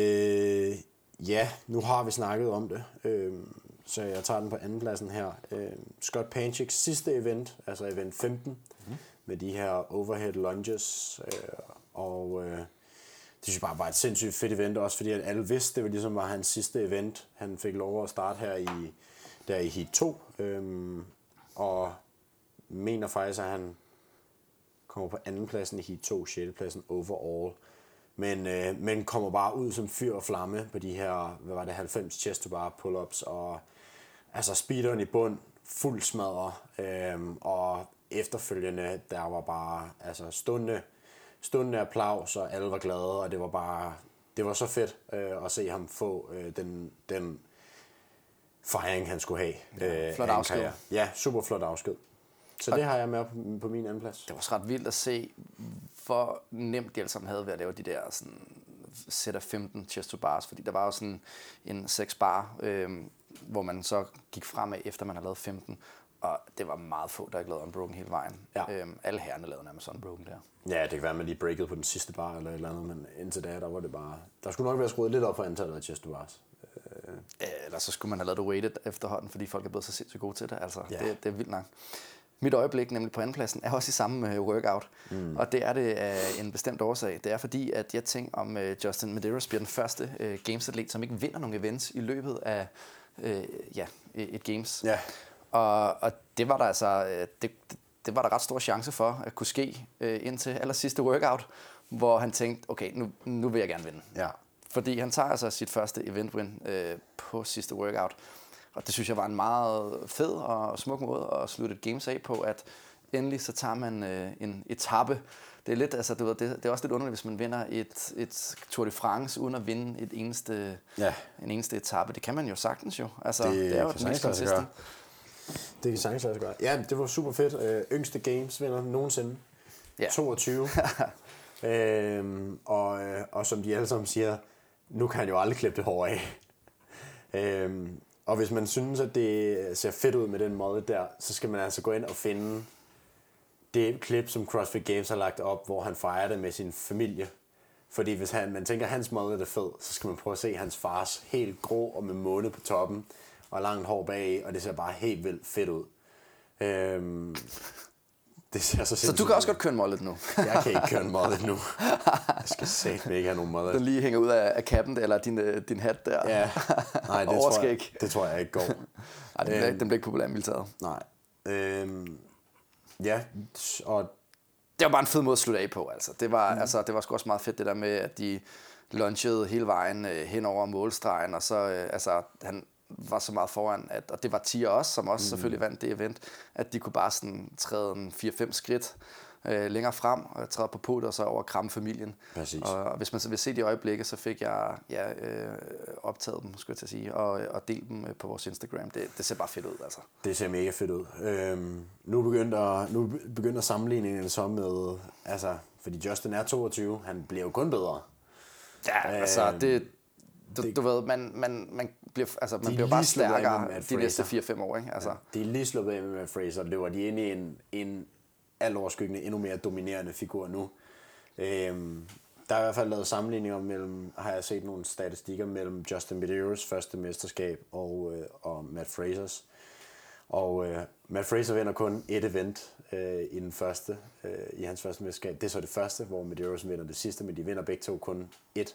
Øh, ja, nu har vi snakket om det, øh, så jeg tager den på andenpladsen her. Øh, Scott Panchiks sidste event, altså event femten, mm-hmm. med de her overhead lunges, øh, og øh, det synes jeg bare var et sindssygt fedt event, også fordi at alle vidste, det var ligesom var hans sidste event. Han fik lov at starte her i, der i heat to, øh, og mener faktisk, at han kommer på andenpladsen i heat to, sjette pladsen overall. Men, øh, men kommer bare ud som fyr og flamme på de her, hvad var det, halvfems chest to bar pull-ups, og altså speederen i bund, fuld smadre, øh, og efterfølgende, der var bare altså stående, stående applaus, og alle var glade, og det var bare, det var så fedt øh, at se ham få øh, den, den fejring, han skulle have. Ja, øh, flot afsked. Ja, super flot afsked. Så det har jeg med på, på min anden plads. Det var også ret vildt at se, hvor nemt de alle sammen havde ved at lave de der sådan, sæt af femten chest to bars, fordi der var jo sådan en seks bar, øh, hvor man så gik fremad, efter man havde lavet femten, og det var meget få, der ikke lavede unbroken hele vejen. Ja. Øh, alle herrerne lavede nærmest unbroken der. Ja, det kan være, at man lige breakede på den sidste bar eller et eller andet, men indtil da, der var det bare... Der skulle nok være skruet lidt op på antallet af chest to bars. Øh. Eller så skulle man have lavet det weighted efterhånden, fordi folk er blevet så sindssygt gode til det. Altså, ja. det, det er vildt nok. Mit øjeblik, nemlig på andenpladsen, er også i samme workout, mm. og det er det af en bestemt årsag. Det er fordi, at jeg tænker om uh, Justin Medeiros bliver den første uh, Games-atlet, som ikke vinder nogle events i løbet af uh, ja, et Games. Ja. Og, og det var der altså, det, det var der ret stor chance for at kunne ske uh, indtil aller sidste workout, hvor han tænkte, okay, nu, nu vil jeg gerne vinde. Ja. Fordi han tager altså sit første event-win uh, på sidste workout. Og det synes jeg var en meget fed og smuk måde at slutte et games af på, at endelig så tager man øh, en etape. Det er lidt, altså du ved, det, det er også lidt underligt, hvis man vinder et, et Tour de France uden at vinde et eneste, ja. en eneste etape. Det kan man jo sagtens jo. Altså, det, det er jo et mest consistent. Det kan sagtens lade sig gøre. Ja, det var super fedt. Øh, yngste games vinder nogensinde. Ja. toogtyve. øhm, og, øh, og som de alle sammen siger, nu kan han jo aldrig klippe det hår af. øhm, Og hvis man synes, at det ser fedt ud med den måde der, så skal man altså gå ind og finde det klip, som CrossFit Games har lagt op, hvor han fejrer det med sin familie. Fordi hvis han, man tænker, at hans måde er fed, så skal man prøve at se hans fars helt grå og med måne på toppen og langt hår bag, og det ser bare helt vildt fedt ud. Øhm, det ser så Så du kan også godt køre en mullet nu? Jeg kan ikke køre en mullet nu. Jeg skal satme ikke have nogen mullet. Den lige hænger ud af, af kappen, eller din, din hat der. Ja, nej, det, tror jeg, det tror jeg ikke går. Nej, den, øhm, den bliver ikke populær i militæret. Nej. Øhm, ja, og... Det var bare en fed måde at slutte af på, altså. Det var, mm. altså, det var sgu også meget fedt, det der med, at de launchede hele vejen øh, hen over målstregen, og så, øh, altså, han var så meget foran, at, og det var Tia også, som også mm. selvfølgelig vandt det event, at de kunne bare sådan træde en fire fem skridt, øh, længere frem, og jeg træder på podiet og så over at kramme familien. Præcis. Og hvis man så vil se de øjeblikke, så fik jeg ja, øh, optaget dem, skulle jeg til at sige, og, og delt dem på vores Instagram. Det, det ser bare fedt ud, altså. Det ser mega fedt ud. Øhm, nu begynder, nu begynder sammenligningen så med, altså, fordi Justin er toogtyve, han bliver jo kun bedre. Ja, altså, det... Du, det, du ved, man, man, man bliver, altså, man bliver bare stærkere de næste fire fem år, ikke? Altså. Ja, de er lige sluppet af med Matt Fraser, løber de ind i en, en altoverskyggende, endnu mere dominerende figur nu. Øhm, der er i hvert fald lavet sammenligninger mellem, har jeg set nogle statistikker mellem Justin Medeiros første mesterskab og, øh, og Matt Frasers. Og øh, Matt Fraser vinder kun et event øh, i den første, øh, i hans første mesterskab. Det er så det første, hvor Medeiros vinder det sidste, men de vinder begge to kun et.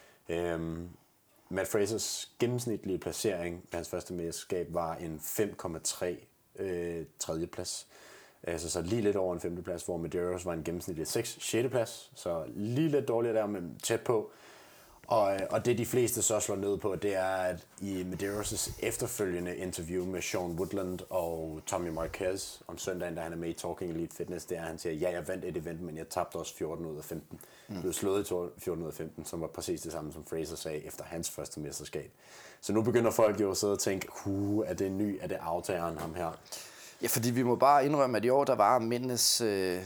Øhm, Matt Frasers gennemsnitlige placering ved hans første mesterskab var en fem komma tre øh, tredjeplads. Altså så lige lidt over en femteplads, hvor Medeiros var en gennemsnitlig seks sjette plads. Så lige lidt dårligere der, men tæt på. Og, og det de fleste så slår ned på, det er, at i Medeiros' efterfølgende interview med Sean Woodland og Tommy Marquez om søndagen, da han er med i Talking Elite Fitness, det er, at han siger, ja, jeg vandt et event, men jeg tabte også fjorten ud af femten. Jeg blev slået i fjorten ud af femten, som var præcis det samme, som Fraser sagde efter hans første mesterskab. Så nu begynder folk jo at sidde og tænke, huh, er det ny, er det aftageren ham her? Ja, fordi vi må bare indrømme, at i år, der var mændenes øh,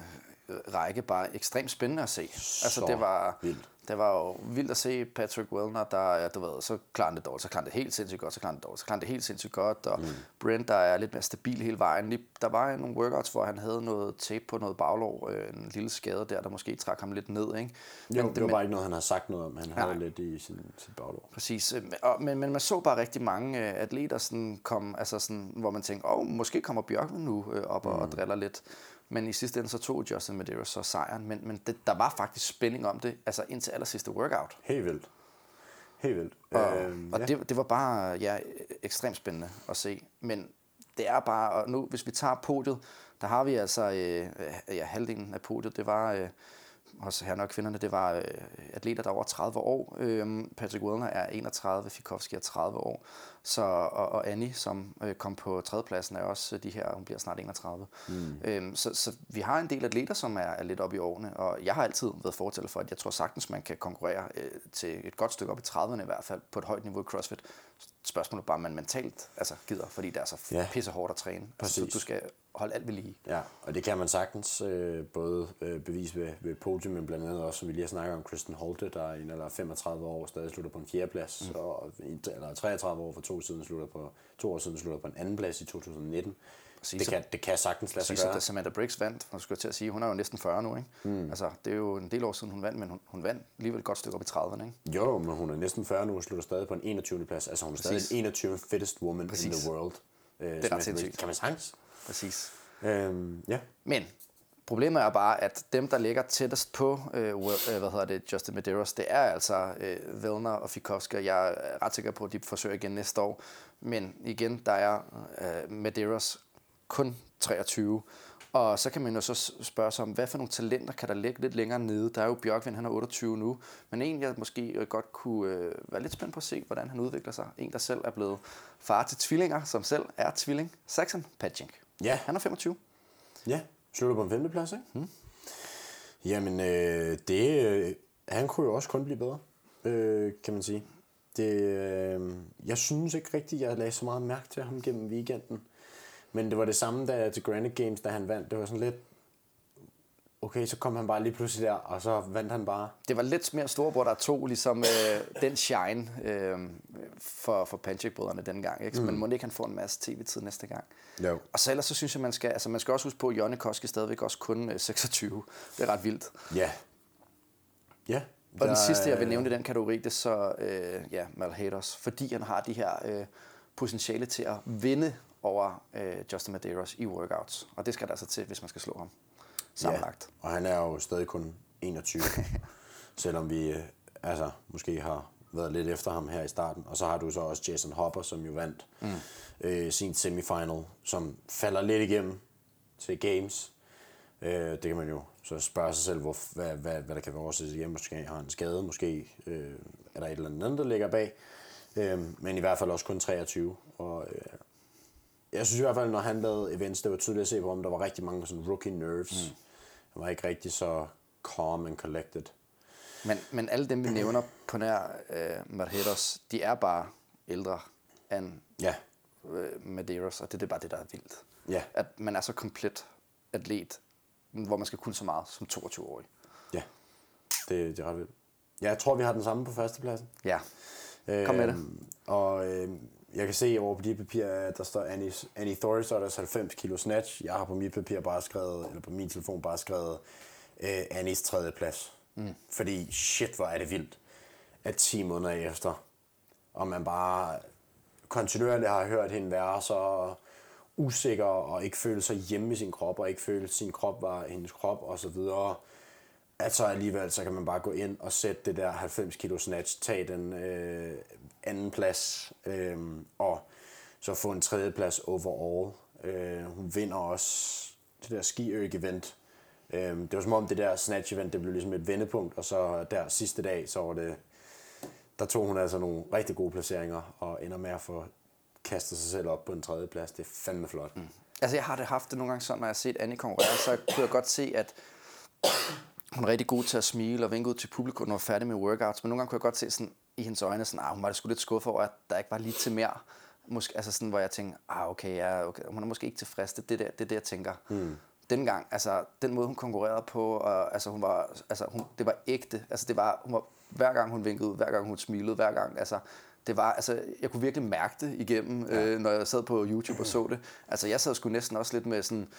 række bare ekstremt spændende at se. Så altså, det var... vildt. Det var jo vildt at se Patrick Wellner, der er, du ved, så klarer han det dårligt, så klarer han det helt sindssygt godt, så klarer han det dårligt, så klarer han det helt sindssygt godt, og mm. Brent, der er lidt mere stabil hele vejen. Der var nogle workouts, hvor han havde noget tape på noget baglov, en lille skade der, der måske trak ham lidt ned, ikke? Men jo, det, det var bare ikke noget, han havde sagt noget om, han havde lidt i sin, sit baglov. Præcis, men, men man så bare rigtig mange atleter, sådan kom, altså sådan, hvor man tænkte, åh, oh, måske kommer Bjørkman nu op og, mm. og driller lidt. Men i sidste ende så tog Justin Medeiros så sejren, men, men det, der var faktisk spænding om det, altså indtil aller sidste workout. Helt vildt. Helt vildt. Og, øhm, og ja. det, det var bare ja, ekstremt spændende at se. Men det er bare, og nu hvis vi tager podiet, der har vi altså, øh, ja, halvdelen af podiet, det var... Øh, hos herrerne og kvinderne, det var øh, atleter, der var over tredive år. Øhm, Patrick Wellner er enogtredive, Fikowski er tredive år. Så, og, og Annie, som øh, kom på tredjepladsen, er også de her, hun bliver snart enogtredive. Mm. Øhm, så, så vi har en del atleter, som er, er lidt oppe i årene, og jeg har altid været fortæller for, at jeg tror sagtens, man kan konkurrere øh, til et godt stykke op i trediverne i hvert fald, på et højt niveau i CrossFit. Spørgsmålet er bare, om man mentalt altså, gider, fordi det er så ja. pissehårdt at træne. Altså, du, du skal holde alt ved lige. Ja, og det kan man sagtens øh, både øh, bevise ved, ved podium, men blandt andet også, som vi lige har snakket om, Kristen Holte, der er en eller femogtredive år, stadig slutter på en fjerdeplads, mm. og, eller treogtredive år for to, siden, slutter på, to år siden slutter på en anden plads i to tusind nitten. Præcis, det, kan, det kan sagtens lade sig gøre. Da Samantha Briggs vandt, og skulle jeg til at sige, hun er jo næsten fyrre nu, ikke? Mm. Altså, det er jo en del år siden, hun vandt, men hun, hun vandt alligevel et godt stykke op i trediverne, ikke? Jo, men hun er næsten fyrre nu og slutter stadig på en enogtyvende plads. Altså, hun er Præcis. stadig en enogtyvende fittest woman Præcis. in the world. Det er ret sindssygt. Kan man sagtens? Præcis. Øhm, ja. Men problemet er bare, at dem, der ligger tættest på, øh, hvad hedder det, Justin Medeiros, det er altså øh, Wellner og Fikowski. Jeg er ret sikker på, at de forsøger igen næste år. Men igen, der er øh, Medeiros kun treogtyve. Og så kan man jo så spørge sig om, hvad for nogle talenter kan der ligge lidt længere nede? Der er jo Bjørkvind, han er otteogtyve nu. Men en, jeg måske godt kunne øh, være lidt spændt på at se, hvordan han udvikler sig. En, der selv er blevet far til tvillinger, som selv er tvilling. Saxon Pachink. Ja. Han er femogtyve. Ja, slutter på en femteplads, ikke? Hmm. Jamen, øh, det, øh, han kunne jo også kun blive bedre, øh, kan man sige. Det, øh, jeg synes ikke rigtigt, jeg lagde så meget mærke til ham gennem weekenden. Men det var det samme da til Granite Games, da han vandt. Det var sådan lidt... Okay, så kom han bare lige pludselig der, og så vandt han bare. Det var lidt mere storebror, der tog ligesom øh, den shine øh, for, for Panchik-brødrene dengang. Ikke? Så mm. man må ikke han få en masse tv-tid næste gang. Jo. Og så ellers så synes jeg, man skal, altså man skal også huske på, at Jonne Koski stadigvæk også kun øh, seksogtyve. Det er ret vildt. Ja. Ja. Og den sidste, jeg vil nævne i den kategori, det er så øh, ja, Mal Haters, fordi han har de her øh, potentiale til at vinde over øh, Justin Medeiros i workouts. Og det skal der altså til, hvis man skal slå ham sammenlagt. Ja, og han er jo stadig kun enogtyve, selvom vi øh, altså, måske har været lidt efter ham her i starten. Og så har du så også Jason Hopper, som jo vandt mm. øh, sin semifinal, som falder lidt igennem til Games. Øh, det kan man jo så spørge sig selv, hvor, hvad, hvad, hvad der kan være årsag igen. Måske har han en skade, måske øh, er der et eller andet, der ligger bag. Øh, men i hvert fald også kun treogtyve. Og øh, jeg synes i hvert fald, når han lavede events, det var tydeligt at se på, om der var rigtig mange sådan rookie nerves. han var ikke rigtig så calm and collected. Men, men alle dem, vi nævner på nær øh, Marreros, de er bare ældre end Ja. øh, Medeiros, og det, det er bare det, der er vildt. Ja. At man er så komplet atlet, hvor man skal kunne så meget som toogtyve-årig. Ja, det, det er ret vildt. Ja, jeg tror, vi har den samme på førstepladsen. Ja, kom med det. Øhm, og øh, jeg kan se over på de papirer, at der står Annie, Annie Thorisdottirs halvfems kilo snatch. Jeg har på mit papir bare skrevet, eller på min telefon bare skrevet, øh, Annies tredje plads. Mm. Fordi shit, hvor er det vildt, at ti måneder efter, og man bare kontinuerligt har hørt hende være så usikker, og ikke føle sig hjemme i sin krop, og ikke føle, at sin krop var hendes krop, og så videre, at så alligevel, så kan man bare gå ind og sætte det der halvfems kilo snatch, tage den øh, anden plads, øh, og så få en tredje plads overall. Øh, hun vinder også det der ski-erg-event. Øh, det var som om det der snatch-event, det blev ligesom et vendepunkt, og så der sidste dag, så var det, der tog hun altså nogle rigtig gode placeringer, og ender med at få kastet sig selv op på en tredje plads. Det er fandme flot. Mm. Altså jeg har det haft det nogle gange sådan, når jeg har set Annie konkurrere, så kunne jeg godt se, at hun er rigtig god til at smile og vinke ud til publikum, når hun er færdig med workouts. Men nogle gange kunne jeg godt se sådan, i hendes øjne, sådan, ah, hun var det sgu lidt skuffet over, at der ikke var lige til mere. Måske, altså sådan, hvor jeg tænkte, ah, okay, ja, okay, hun er måske ikke tilfreds. Det er det, det, er det jeg tænker. Mm. Dengang, altså den måde, hun konkurrerede på, og, altså, hun var, altså, hun, det var ægte. Altså, det var, hun var, hver gang hun vinkede ud, hver gang hun smilede, hver gang, altså, det var, altså, jeg kunne virkelig mærke det igennem, ja. øh, når jeg sad på YouTube og så det. Altså, jeg sad sgu næsten også lidt med sådan,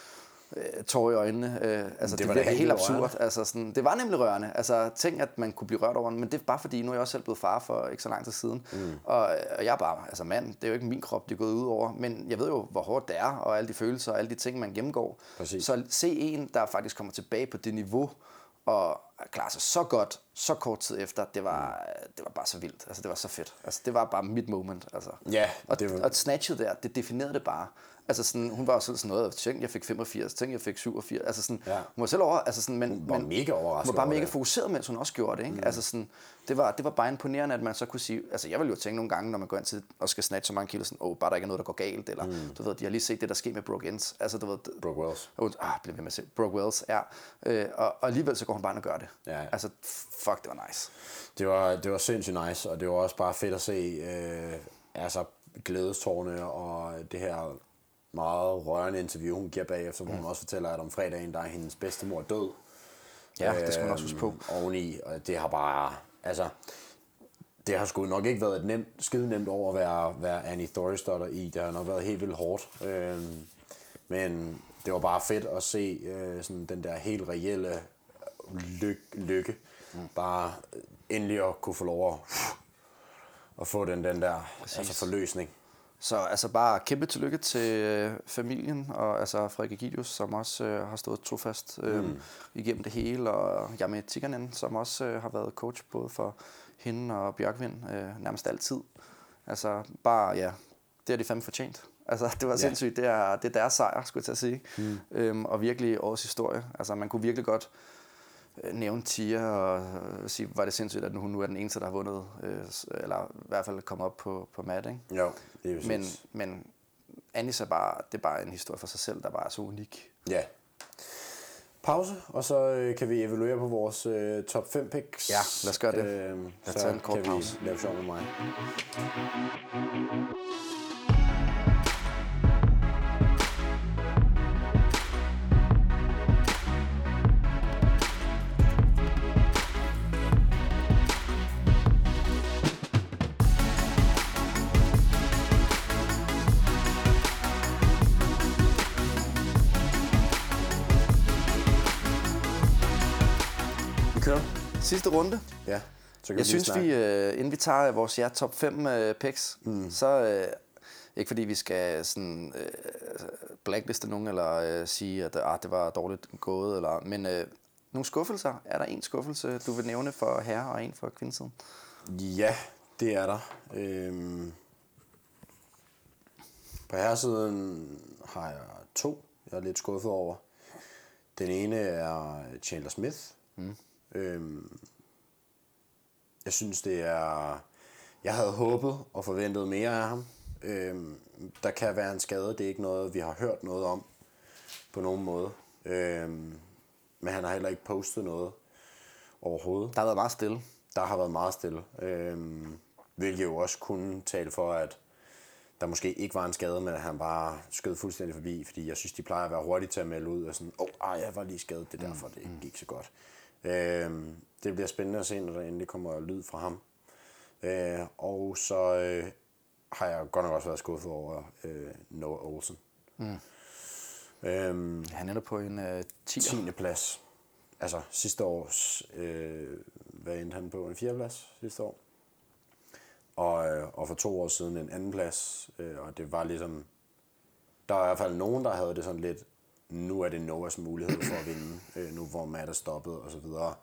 tår i øjnene. Øh, altså, det, det var helt, helt absurd. Altså, sådan, det var nemlig rørende. Altså, tænk, at man kunne blive rørt over den, men det er bare fordi, nu er jeg også selv blevet far for ikke så lang tid siden. Mm. Og, og jeg er bare, altså mand, det er jo ikke min krop, det er gået ud over, men jeg ved jo, hvor hårdt det er, og alle de følelser, og alle de ting, man gennemgår. Præcis. Så se en, der faktisk kommer tilbage på det niveau, og klarer sig så godt, så kort tid efter, det var, mm. det var bare så vildt. Altså, det var så fedt. Altså, det var bare mit moment. Altså. Ja, og, det var... og snatchet der, det definerede det bare. Altså sådan, hun var også sådan noget, tænk, jeg fik femogfirs, tænk, jeg fik syvogfirs, altså sådan, ja. Hun var selv over, altså sådan, men, hun var men, mega overrasket. Hun var bare mega fokuseret, mens hun også gjorde det, ikke? Mm. Altså sådan, det var, det var bare imponerende, at man så kunne sige, altså jeg vil jo tænke nogle gange, når man går ind til og skal snatche så mange kilo, sådan, åh, oh, bare der ikke er noget, der går galt, eller, mm. du ved, de har lige set det, der sker med Brooke Ends, altså du ved, Brooke Wells. Oh, ah, bliver ved med at se, Brooke Wells, ja, øh, og, og alligevel så går hun bare ind og gør det. Ja, ja. Altså, fuck, det var nice. Det var, det var sindssygt nice, og det var også bare fedt at se, øh, altså glædestårne og det her meget rørende interview, hun giver bagefter, hvor mm. hun også fortæller, at om fredagen, der er hendes bedstemor død. Ja, øh, det skal man også huske på. Oveni, og det har bare, altså, det har sgu nok ikke været et nemt, skide nemt over at være, være Annie Thorisdottir i. Det har nok været helt vildt hårdt. Øh, men det var bare fedt at se øh, sådan den der helt reelle lykke, lykke. Mm. Bare endelig at kunne få lov at, at få den, den der altså forløsning. Så altså bare kæmpe tillykke til øh, familien, og altså Frederik Egidius, som også øh, har stået trofast øh, mm. igennem det hele, og Jami Tikkanen, som også øh, har været coach både for hende og Bjørkvind øh, nærmest altid. Altså bare, ja, det har de fandme fortjent. Altså det var sindssygt, det er, det er deres sejr, skulle jeg til at sige. Mm. Øhm, og virkelig årets historie. Altså man kunne virkelig godt nævne Tia og sige, var det sindssygt, at hun nu er den eneste, der har vundet, øh, eller i hvert fald kommet op på, på mat, ikke? Jo, det er men, men Anis er bare, det er bare en historie for sig selv, der bare er så unik. Ja. Pause, og så øh, kan vi evaluere på vores øh, top fem picks. Ja, lad os gøre det. Øh, lad os tage en kort kan pause. Vi lave sjov med mig. Sidste runde. Ja. Så kan jeg vi synes, vi, øh, inden vi tager vores ja, top fem øh, picks, mm. så øh, ikke fordi vi skal sådan, øh, blackliste nogen, eller øh, sige, at ah, det var dårligt gået, eller, men øh, nogle skuffelser. Er der en skuffelse, du vil nævne for herre og en for kvindesiden? Ja, det er der. Øhm, på herresiden har jeg to, jeg er lidt skuffet over. Den ene er Chandler Smith. Mm. Øhm, jeg synes det er jeg havde håbet og forventet mere af ham. Øhm, der kan være en skade, det er ikke noget vi har hørt noget om på nogen måde, øhm, men han har heller ikke postet noget overhovedet. Der har været meget stille. Der har været meget stille, øhm, hvilket jo også kunne tale for, at der måske ikke var en skade, men at han bare skød fuldstændig forbi, fordi jeg synes, de plejer at være hurtige til at melde ud, og sådan, åh, oh, jeg var lige skadet, det er derfor, det mm. gik så godt. Øhm, det bliver spændende at se, når der endelig kommer lyd fra ham. Øh, og så øh, har jeg godt nok også været skuffet over øh, Noah Olsen. Mm. Øhm, han ender på en øh, tiende plads. Altså sidste års, øh, hvad endte han på? En fjerde plads sidste år. Og, øh, og for to år siden en anden plads. Øh, og det var ligesom, der var i hvert fald nogen, der havde det sådan lidt, nu er det Noahs mulighed for at vinde, øh, nu hvor Matt er stoppet og så videre.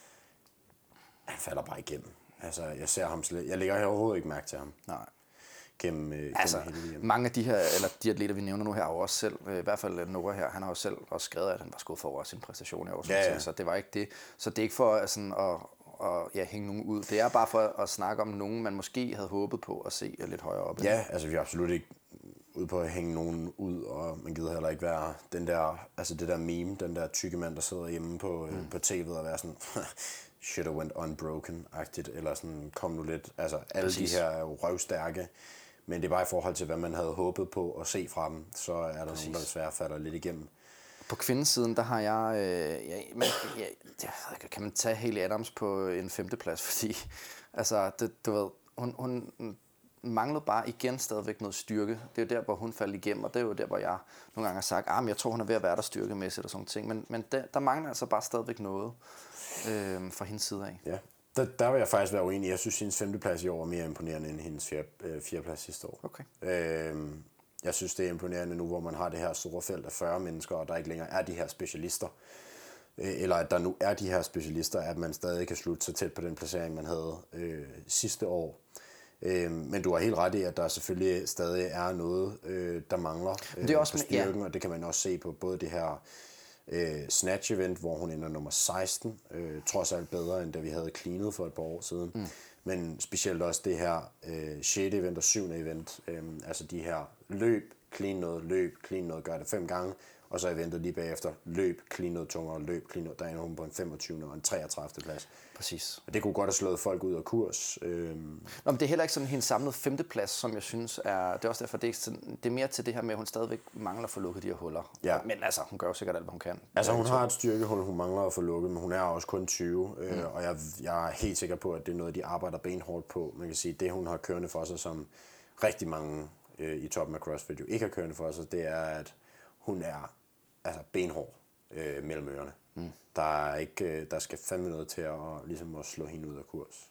Han falder bare igennem. Altså, jeg ser ham slet, jeg lægger overhovedet ikke mærke til ham. Nej. Gennem, øh, altså, gennem hele mange af de her, eller de atleter, vi nævner nu her, har jo også selv, øh, i hvert fald Noah her, han har jo selv også skrevet, at han var skuffet over sin præstation i år, ja, ja. Så det var ikke det. Så det er ikke for sådan, at, at ja, hænge nogen ud. Det er bare for at snakke om nogen, man måske havde håbet på at se lidt højere op. Ja, altså vi er absolut ikke ude på at hænge nogen ud, og man gider heller ikke være den der, altså det der meme, den der tykke mand, der sidder hjemme på, mm. på T V'et og være sådan, should have went unbroken-agtigt, eller sådan, kom nu lidt, altså alle Præcis. De her er jo røvstærke, men det er bare i forhold til, hvad man havde håbet på at se fra dem, så er der Præcis. Nogen, der desværre falder lidt igennem. På kvindesiden, der har jeg, øh, ja, man, ja, ja, kan man tage Haley Adams på en femteplads, fordi, altså, det, du ved, hun, hun manglede bare igen stadigvæk noget styrke. Det er jo der, hvor hun faldt igennem, og det er jo der, hvor jeg nogle gange har sagt, ah, men jeg tror, hun er ved at være der styrkemæssigt og sådan ting, men, men der, der mangler altså bare stadigvæk noget øh, fra hendes side af. Ja. Der, der vil jeg faktisk være uenig. Jeg synes, hendes femteplads i år er mere imponerende end hendes fjerde, øh, fjerdeplads sidste år. Okay. Øh, jeg synes, det er imponerende nu, hvor man har det her store felt af fyrre mennesker, og der ikke længere er de her specialister. Øh, eller at der nu er de her specialister, at man stadig kan slutte sig tæt på den placering, man havde øh, sidste år. Øh, men du har helt ret i, at der selvfølgelig stadig er noget, øh, der mangler øh, det er også på styrken, ja. Og det kan man også se på både det her øh, snatch-event, hvor hun ender nummer seksten, øh, trods alt bedre, end da vi havde cleanet for et par år siden. Mm. Men specielt også det her øh, sjette event og syvende event, øh, altså de her løb, clean noget, løb, clean noget, gør det fem gange, og så eventet lige bagefter, løb, clean noget tungere, løb, clean noget, der ender hun på en femogtyvende og en treogtredivte plads. Præcis. Og det kunne godt have slået folk ud af kurs. Øhm. Nå, men det er heller ikke sådan hendes samlede femteplads, som jeg synes er, det er også derfor, det er, sådan, det er mere til det her med, at hun stadigvæk mangler at få lukket de her huller. Ja. Men altså, hun gør jo sikkert alt, hvad hun kan. Altså hun har et styrkehul, hun mangler at få lukket, men hun er også kun tyve, mm. øh, og jeg, jeg er helt sikker på, at det er noget, de arbejder benhårdt på. Man kan sige, det hun har kørende for sig, som rigtig mange øh, i toppen af CrossFit jo ikke har kørende for sig, det er, at hun er altså benhård øh, mellem ørerne. Mm. Der, er ikke, der skal fandme noget til at, ligesom at slå hende ud af kurs.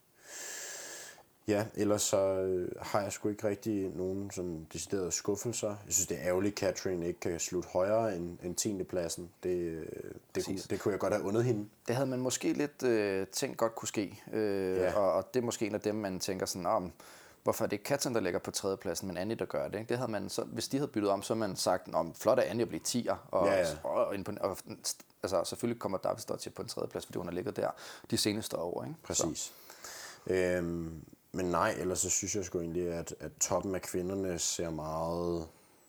Ja, ellers så øh, har jeg sgu ikke rigtig nogen sådan deciderede skuffelser. Jeg synes, det er ærgerligt, at Catherine ikke kan slutte højere end, end tiende pladsen. Det, det, kunne, det kunne jeg godt have undet hende. Det havde man måske lidt øh, tænkt godt kunne ske. Øh, ja. og, og det er måske en af dem, man tænker sådan om, hvorfor er det ikke Katrin, der ligger på tredjepladsen, men Annie, der gør det. Ikke? Det havde man så, hvis de havde byttet om, så havde man sagt, om flot er Annie at blive tier. Og, ja, ja. og, og, og altså, selvfølgelig kommer David Stottier på en tredjeplads, fordi hun har ligget der de seneste år. Ikke? Præcis. Øhm, men nej, ellers så synes jeg sgu egentlig, at, at toppen af kvinderne ser meget...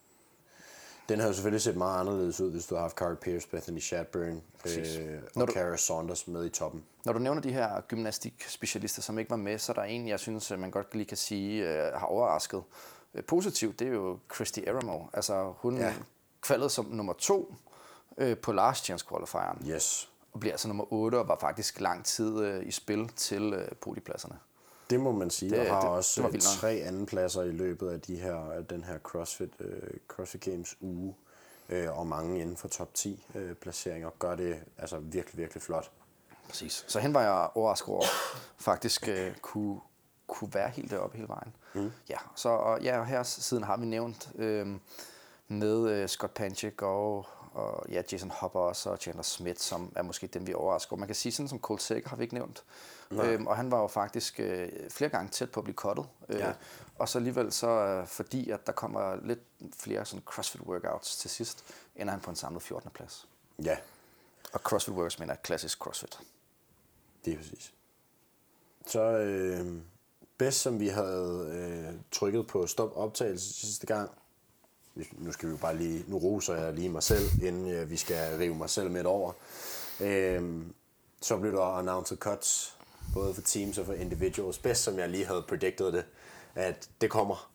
Den har jo selvfølgelig set meget anderledes ud, hvis du har haft Carl Pierce, Bethany Shadburn øh, og Cara Saunders med i toppen. Når du nævner de her gymnastikspecialister, som ikke var med, så er der en, jeg synes, man godt lige kan sige, øh, har overrasket øh, positivt. Det er jo Christy Eramo. Altså, hun ja. kvalede som nummer to øh, på last chance qualifieren. Yes. Og bliver altså nummer otte og var faktisk lang tid øh, i spil til øh, podiepladserne. Det må man sige, det, og har det, også det tre andenpladser i løbet af, de her, af den her CrossFit, uh, CrossFit Games uge, uh, og mange inden for top ti uh, placeringer, gør det altså virkelig, virkelig flot. Præcis. Så hen var jeg overrasket over, faktisk uh, kunne, kunne være helt deroppe hele vejen. Mm. Ja, så og, ja, her siden har vi nævnt uh, med uh, Scott Panchik og og ja, Jason Hopper også, og Chandler Smith, som er måske dem, vi overrasker. Man kan sige, sådan som Colt Seger har vi ikke nævnt. Øhm, og han var jo faktisk øh, flere gange tæt på at blive cuttet. Øh, ja. Og så alligevel så, øh, fordi at der kommer lidt flere sådan CrossFit workouts til sidst, ender han på en samlet fjortende plads. Ja. Og CrossFit workouts mener klassisk CrossFit. Det er præcis. Så øh, bedst som vi havde øh, trykket på stop optagelse sidste gang, nu skal vi bare lige, nu roser jeg lige mig selv, inden øh, vi skal rive mig selv midt over. Øhm, så blev der announced cuts, både for teams og for individuals. Bedst som jeg lige havde predicted det, at det kommer.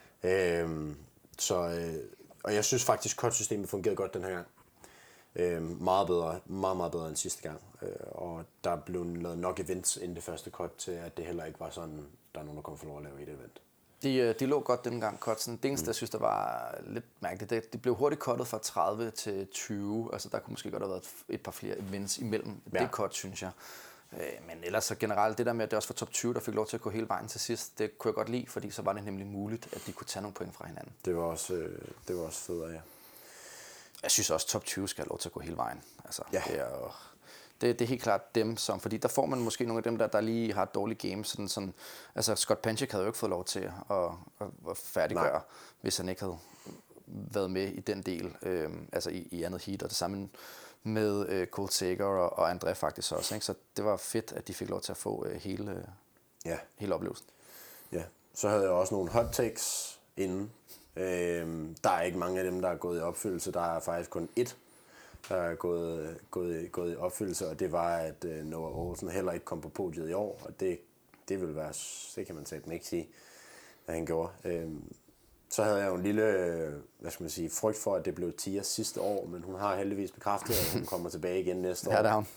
Øhm, så, øh, og jeg synes faktisk, cut-systemet fungerede godt den her gang. Øh, meget bedre, meget, meget bedre end sidste gang. Øh, og der blev lavet nok events inden det første cut til, at det heller ikke var sådan, der er nogen, der kommer for lov at lave et event. De, de lå godt denne gang, cutsen. Det eneste, mm. jeg synes, der var lidt mærkeligt, det, det blev hurtigt cuttet fra tredive til tyve. Altså, der kunne måske godt have været et par flere events imellem ja. det cut, synes jeg. Øh, men ellers så generelt, det der med, at det også var top tyve, der fik lov til at gå hele vejen til sidst, det kunne jeg godt lide, fordi så var det nemlig muligt, at de kunne tage nogle point fra hinanden. Det var også, øh, det var også federe, ja. Jeg synes også, top tyve skal have lov til at gå hele vejen. Altså, ja. det, er jo, det, det er helt klart dem, som, fordi der får man måske nogle af dem, der, der lige har et dårligt game. Sådan, sådan, altså Scott Panchik havde jo ikke fået lov til at, at, at færdiggøre, Nej. hvis han ikke havde været med i den del, øh, altså i, i andet heat, og det samme med øh, Colt Sager og, og André faktisk også. Ikke? Så det var fedt, at de fik lov til at få øh, hele, øh, ja. hele oplevelsen. Ja, så havde jeg også nogle hot takes inden. Øhm, der er ikke mange af dem, der er gået i opfyldelse. Der er faktisk kun ét, der er gået, gået, gået i opfyldelse, og det var, at øh, Noah Olsen heller ikke kom på podiet i år, og det, det vil være, det kan man sagt ikke sige, at han gjorde. Øhm, så havde jeg jo en lille, hvad skal man sige, frygt for, at det blev Tia sidste år, men hun har heldigvis bekræftet, at hun kommer tilbage igen næste år. Ja, det har hun.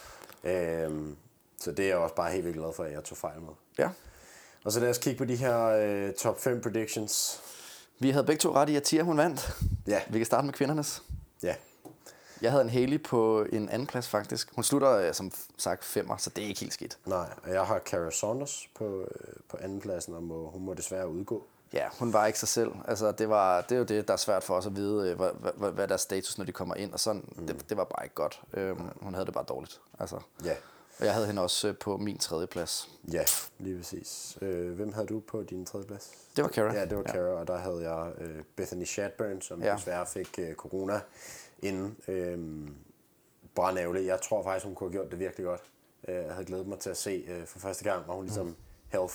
Øhm, så det er jeg også bare helt vildt glad for, at jeg tog fejl med. Ja. Og så lad os kigge på de her øh, top fem predictions. Vi havde begge to ret i, at Tia hun vandt. Ja. Vi kan starte med kvindernes. Ja. Jeg havde en Hailey på en anden plads faktisk. Hun slutter som sagt femmer, så det er ikke helt skidt. Nej, og jeg har Cara Saunders på, på anden pladsen, og må, hun må desværre udgå. Ja, hun var ikke sig selv. Altså, det, var, det er jo det, der er svært for os at vide, hvad, hvad, hvad der er status, når de kommer ind. Og sådan, mm. det, det var bare ikke godt. Øhm, hun havde det bare dårligt. Altså. Ja. Og jeg havde hende også på min tredje plads. Ja, lige præcis. Øh, hvem havde du på din tredje plads? Det var Cara. Ja, det var Cara, ja. Og der havde jeg øh, Bethany Shadburn, som ja. desværre fik øh, corona inden. Øh, Brandærgerligt. Jeg tror faktisk, hun kunne have gjort det virkelig godt. Øh, jeg havde glædet mig til at se øh, for første gang, var hun ligesom mm. healthy.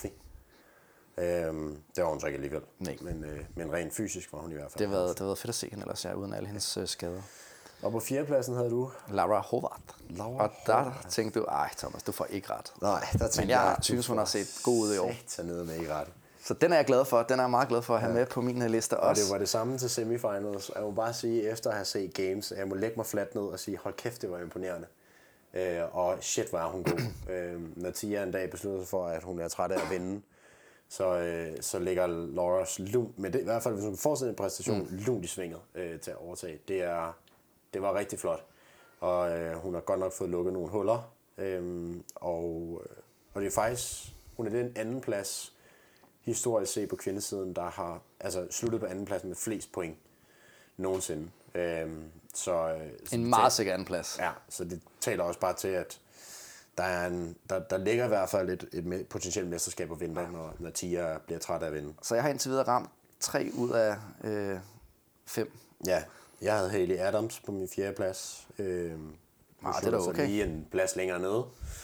Øhm, det var hun så ikke alligevel. Nej. Men, øh, men rent fysisk var hun i hvert fald. Det var, det var fedt at se hende ellers, ja, uden alle hendes øh, skader. Og på fjerdepladsen havde du? Laura Howard. Laura og der Howard. Tænkte du, ej Thomas, du får ikke ret. Nej, der tænkte Men jeg, jeg synes, hun har set god ud i år. Sat ned med ikke ret. Så den er jeg glad for. Den er jeg meget glad for at have ja. med på min liste også. Og det var det samme til semifinals. Jeg må bare sige, efter at have set games, jeg må lægge mig fladt ned og sige, hold kæft, det var imponerende. Øh, og shit, var hun god. øh, når Tia en dag beslutter sig for, at hun er træt af at vinde, så, øh, så ligger Lauras lun, men det, i hvert fald hvis hun kan fortsætte en præstation, mm. lun i svinget øh, til at overtage. Det, er, det var rigtig flot. Og øh, hun har godt nok fået lukket nogle huller. Øh, og, og det er faktisk, hun er den anden plads, historisk set på kvindesiden, der har altså, sluttet på anden plads med flest point nogensinde. Øhm, så, så en meget sikker anden plads. Ja, så det taler også bare til, at der, er en, der, der ligger i hvert fald et, et potentielt mesterskab at vinde, når, når Tia bliver træt af at vinde. Så jeg har indtil videre ramt tre ud af øh, fem. Ja, jeg havde Hayley Adams på min fjerde plads. Øhm, ah, det er da okay. Lige en plads længere nede.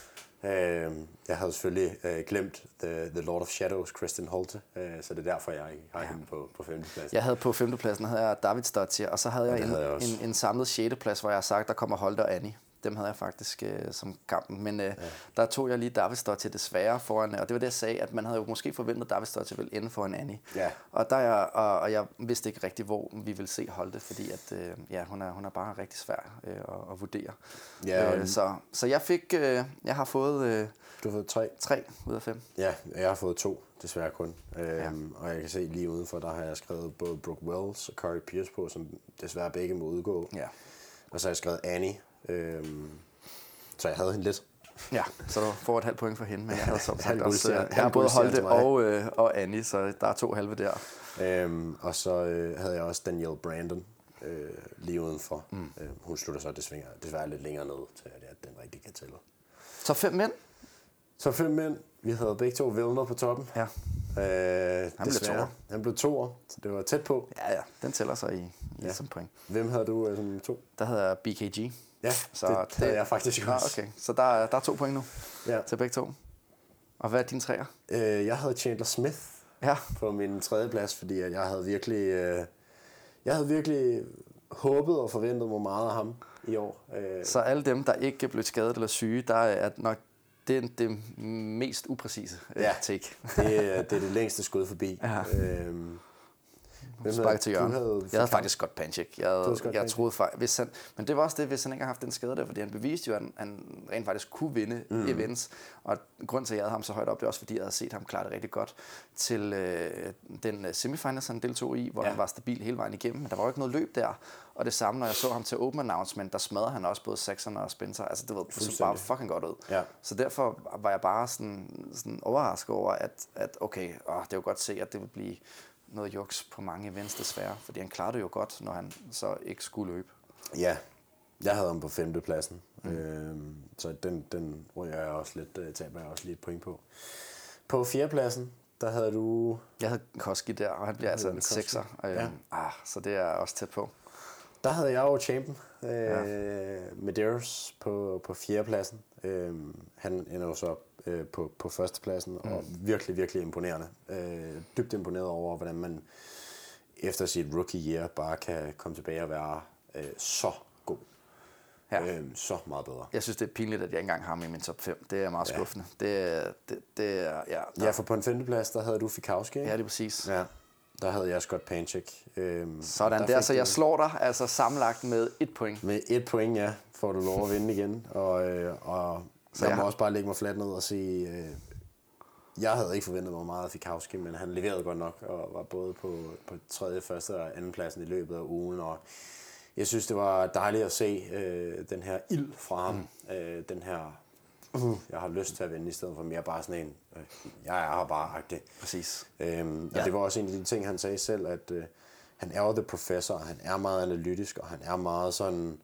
Jeg havde selvfølgelig øh, glemt The, The Lord of Shadows, Kristen Holte, øh, så det er derfor, jeg har ja. hende på, på femtepladsen. Jeg havde på femtepladsen, havde jeg David Stottier, og så havde jeg, en, havde jeg en, en samlet sjette plads, hvor jeg har sagt, der kommer Holte og Annie. Dem havde jeg faktisk øh, som kampen, men øh, ja. der tog jeg lige David Stottier desværre foran, og det var det, jeg sagde, at man havde jo måske forventet, at David Stottier ville ende foran Annie. Ja. Og, der jeg, og, og jeg vidste ikke rigtig, hvor vi ville se Holte, fordi at, øh, ja, hun, er, hun er bare rigtig svær øh, at, at vurdere. Ja, øh, så, så jeg fik, øh, jeg har fået... Øh, Du har fået tre? Tre ud af fem. Ja, jeg har fået to, desværre kun. Ja. Øhm, og jeg kan se lige udenfor, der har jeg skrevet både Brooke Wells og Corey Pierce på, som desværre begge må udgå. Ja. Og så har jeg skrevet Annie, øhm, så jeg havde hende lidt. Ja, så du får et halvt point for hende, men jeg havde som sagt også, jeg har både Holte og, øh, og Annie, så der er to halve der. Øhm, og så øh, havde jeg også Danielle Brandon øh, lige udenfor. Mm. Øh, hun slutter så desværre, desværre lidt længere ned, til at den rigtig kan tælle. Så fem mænd? Så fem mænd. Vi havde begge to Vilner på toppen. Ja. Øh, han blev toer. Han blev toer, så det var tæt på. Ja, ja. Den tæller sig i, i ja. som point. Hvem havde du øh, som to? Der havde jeg B K G. Ja, så det, det havde jeg faktisk også. Ah, okay. Så der, der er to point nu ja. til begge to. Og hvad er din træer? Øh, jeg havde Chandler Smith ja. på min tredje plads, fordi at jeg havde virkelig, øh, jeg havde virkelig håbet og forventet mig meget af ham. i år. Øh. Så alle dem, der ikke er blevet skadet eller syge, der er nok det, er det mest upræcise ja, take. det, er, det er det længste skud forbi. Ja. Øhm, Sparket til hjørnet. Havde jeg havde faktisk godt Panchik. Jeg, havde, jeg troede faktisk, hvis han, men det var også det, hvis han ikke har haft den skade der, fordi han beviste jo, at han, han rent faktisk kunne vinde mm. events. Og grund til, at jeg havde ham så højt op, det er også, fordi jeg havde set ham klare det rigtig godt til øh, den semifinals, han deltog i, hvor ja. han var stabil hele vejen igennem. Men der var jo ikke noget løb der. Og det samme, når jeg så ham til Open Announcement, der smadrede han også både Saxon og Spencer. Altså, det var så bare fucking godt ud. Ja. Så derfor var jeg bare sådan, sådan overrasket over, at, at okay, åh, det er jo godt at se, at det vil blive noget juks på mange events desværre, fordi han klarede det jo godt, når han så ikke skulle løbe. Ja, jeg havde ham på femtepladsen, mm. øhm, så den, den ryger jeg også lidt, uh, taber jeg også lidt point på. På fjerdepladsen, der havde du... Jeg havde Koski der, og han bliver altså en sekser, øhm, ja. ah, så det er også tæt på. Der havde jeg jo champion, øh, ja. Medeiros på, på fjerdepladsen. Øh, han ender jo så øh, på, på førstepladsen, mm. og virkelig, virkelig imponerende. Øh, dybt imponeret over, hvordan man efter sit rookie year bare kan komme tilbage og være øh, så god. Ja. Øh, så meget bedre. Jeg synes, det er pinligt, at jeg ikke engang har ham i min top fem. Det er meget ja. skuffende. Det, det, det er, ja, ja, for på en femteplads, der havde du Fikowski. Ja, det er præcis. Ja. Der havde jeg Scott Panchik. Øhm, Sådan der, der så jeg slår dig altså sammenlagt med et point. Med et point, ja, får du lov at vinde igen. Og, øh, og så jeg, jeg må har... også bare lægge mig fladt ned og sige, øh, jeg havde ikke forventet mig meget af Fikowski, men han leverede godt nok og var både på, på tredje, første og anden pladsen i løbet af ugen. Og jeg synes, det var dejligt at se øh, den her ild fra ham. Mm. Øh, den her... Uh, jeg har lyst til at vinde i stedet for mere bare sådan en, øh, jeg er her bare-agtig. Præcis. Øhm, og ja. det var også en af de ting, han sagde selv, at øh, han er jo the professor, han er meget analytisk, og han er meget sådan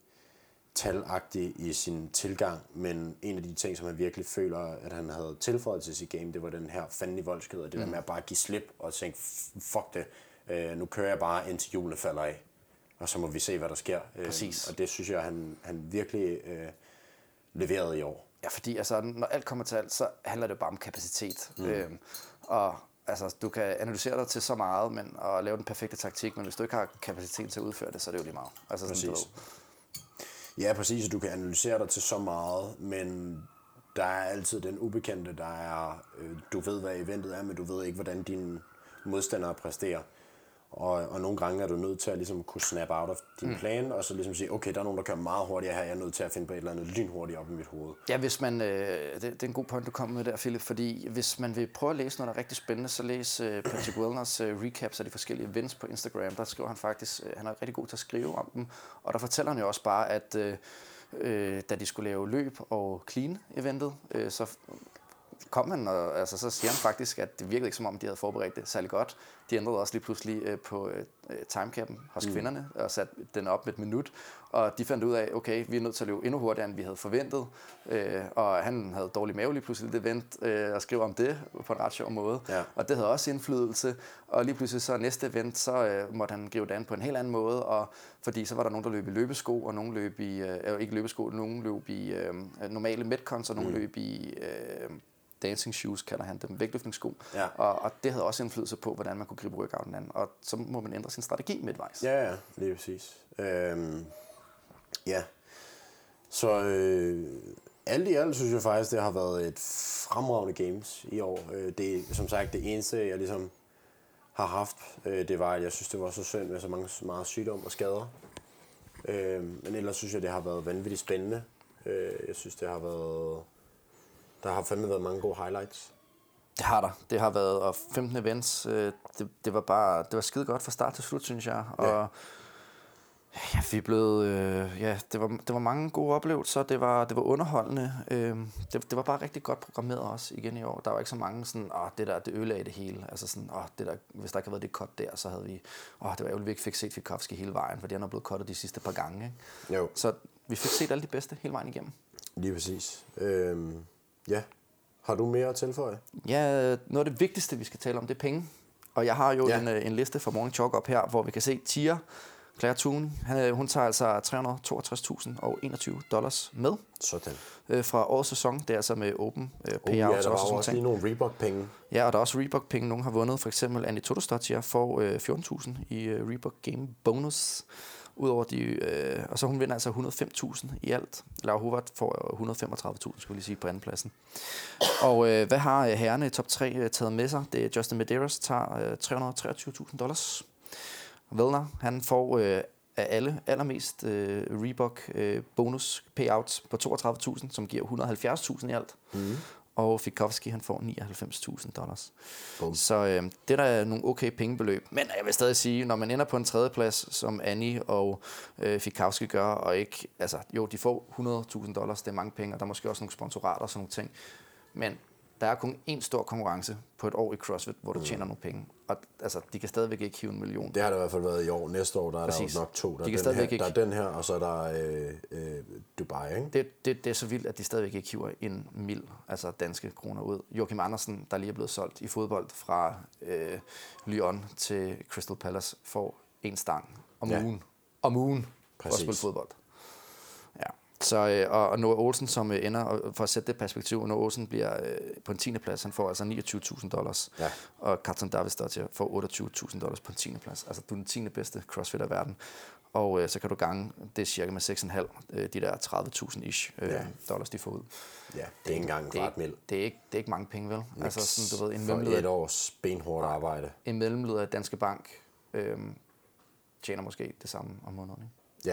talagtig i sin tilgang, men en af de ting, som han virkelig føler, at han havde tilføjet til sit game, det var den her fandelig voldsked, og det mm. der med at bare give slip og tænke, fuck det, øh, nu kører jeg bare indtil hjulene falder af, og så må vi se, hvad der sker. Præcis. Øh, og det synes jeg, han, han virkelig øh, leverede i år. Ja, fordi altså, når alt kommer til alt, så handler det bare om kapacitet. Mm. Øhm, og altså, du kan analysere dig til så meget, men og lave den perfekte taktik, men hvis du ikke har kapacitet til at udføre det, så er det jo lige meget. Altså, præcis. Sådan, ja, præcis. Du kan analysere dig til så meget, men der er altid den ubekendte, der er, øh, du ved, hvad eventet er, men du ved ikke, hvordan dine modstandere præsterer. Og, og nogle gange er du nødt til at ligesom kunne snap out af din mm. plan, og så ligesom sige, okay, der er nogen, der kører meget hurtigere her, jeg er nødt til at finde på et eller andet lynhurtigt op i mit hoved. Ja, hvis man, øh, det, det er en god point, du kommer med der, Philip, fordi hvis man vil prøve at læse noget, der er rigtig spændende, så læs øh, Patrick Wellners øh, recaps af de forskellige events på Instagram. Der skriver han faktisk, øh, han er rigtig god til at skrive om dem, og der fortæller han jo også bare, at øh, øh, da de skulle lave løb og clean-eventet, øh, så kom han, og altså, så siger han faktisk, at det virkede ikke som om, de havde forberedt det særlig godt. De ændrede også lige pludselig øh, på øh, timecappen hos mm. kvinderne og satte den op med et minut. Og de fandt ud af, okay, vi er nødt til at løbe endnu hurtigere, end vi havde forventet. Øh, og han havde dårlig mave lige pludselig, det event, øh, og skrev om det på en ret sjov måde. Ja. Og det havde også indflydelse. Og lige pludselig så næste event, så øh, måtte han gribe det an på en helt anden måde. Og fordi så var der nogen, der løb i løbesko, og nogen løb i, øh, ikke løbesko, nogen løb i øh, normale metcons, og nogen mm. løb i... Øh, dancing shoes, kalder han dem, vægtløftningssko. Ja. Og, og det havde også indflydelse på, hvordan man kunne gribe workouten an. Og så må man ændre sin strategi midtvejs. Ja, ja, lige præcis. Øhm, ja. Så øh, alt i alt synes jeg faktisk, det har været et fremragende games i år. Øh, det er som sagt det eneste, jeg ligesom har haft. Øh, det var, at jeg synes, det var så synd med så mange, meget sygdom og skader. Øh, men ellers synes jeg, det har været vanvittigt spændende. Øh, jeg synes, det har været... Der har fandme været mange gode highlights. Det har der. Det har været og femten events. Øh, det, det var bare det var skide godt fra start til slut, synes jeg. Og ja, ja vi er blevet øh, ja, det var det var mange gode oplevelser. Det var det var underholdende. Øh, det, det var bare rigtig godt programmeret også igen i år. Der var ikke så mange sådan, åh, det der det ødelagde det hele. Altså sådan, åh, det der hvis der ikke havde været det cut der, så havde vi åh, det var ærgerligt, vi ikke fik set Fikowski hele vejen, for han er blevet cuttet de sidste par gange, ikke? Jo. Så vi fik set alle de bedste hele vejen igennem. Lige præcis. Øhm Ja. Har du mere at tilføje? Ja, noget af det vigtigste, vi skal tale om, det er penge. Og jeg har jo ja. en, en liste fra Morning Chalk op her, hvor vi kan se Tia, Claire Toon, hun tager altså tre hundrede og toogtres tusind og enogtyve dollars med. Sådan. Øh, fra årets sæson, det er altså med open øh, payouts. Oh, ja, der var også, også lige nogle Reebok-penge. Ja, og der er også Reebok-penge, nogen har vundet. For eksempel Andy Todestottir får øh, fjorten tusind i øh, Reebok Game Bonus. Udover de, øh, og så hun vinder altså hundrede og fem tusind i alt. Laura Howard får et hundrede og femogtredive tusind, skulle jeg lige sige, på andenpladsen. Og øh, hvad har herrerne i top tre øh, taget med sig? Det er Justin Medeiros, tager øh, tre hundrede og treogtyve tusind dollars. Vellner, han får øh, af alle allermest øh, Reebok øh, bonus payouts på toogtredive tusind, som giver et hundrede og halvfjerds tusind i alt. Mm. Og Fikowski, han får nioghalvfems tusind dollars. Boom. Så øh, det der er nogle okay pengebeløb. Men jeg vil stadig sige, når man ender på en tredjeplads, som Annie og øh, Fikowski gør, og ikke, altså jo, de får hundrede tusind dollars, det er mange penge, og der er måske også nogle sponsorater og sådan nogle ting. Men der er kun én stor konkurrence på et år i CrossFit, hvor du mm. tjener nogle penge. Og altså, de kan stadigvæk ikke hive en million. Det har der i hvert fald været i år. Næste år, der er Præcis. der jo nok to. Der, de er den her, ikke... der er den her, og så er der øh, øh, Dubai, ikke? Det, det, det er så vildt, at de stadigvæk ikke hiver en mil, altså danske kroner ud. Joachim Andersen, der lige er blevet solgt i fodbold fra øh, Lyon til Crystal Palace, får en stang om ja. ugen. Om ugen for at spille fodbold. Ja. Så, øh, og, og Noah Olsen, som øh, ender, og for at sætte det perspektiv, Noah Olsen bliver øh, på en tiende plads, han får altså niogtyve tusind dollars, ja. Og Carlton Davidsdottir får otteogtyve tusind dollars på en tiende plads. Altså, du er den tiende bedste crossfitter i verden. Og øh, så kan du gange det cirka med seks komma fem, øh, de der tredive tusind ish øh, ja. dollars, de får ud. Ja, det er ikke engang en kvart mil. Det er ikke, det er ikke mange penge, vel? Niks altså, sådan, du ved, en for mellemleder, et års benhårdt arbejde. En mellemleder af Danske Bank øh, tjener måske det samme om måneden, ikke? Ja.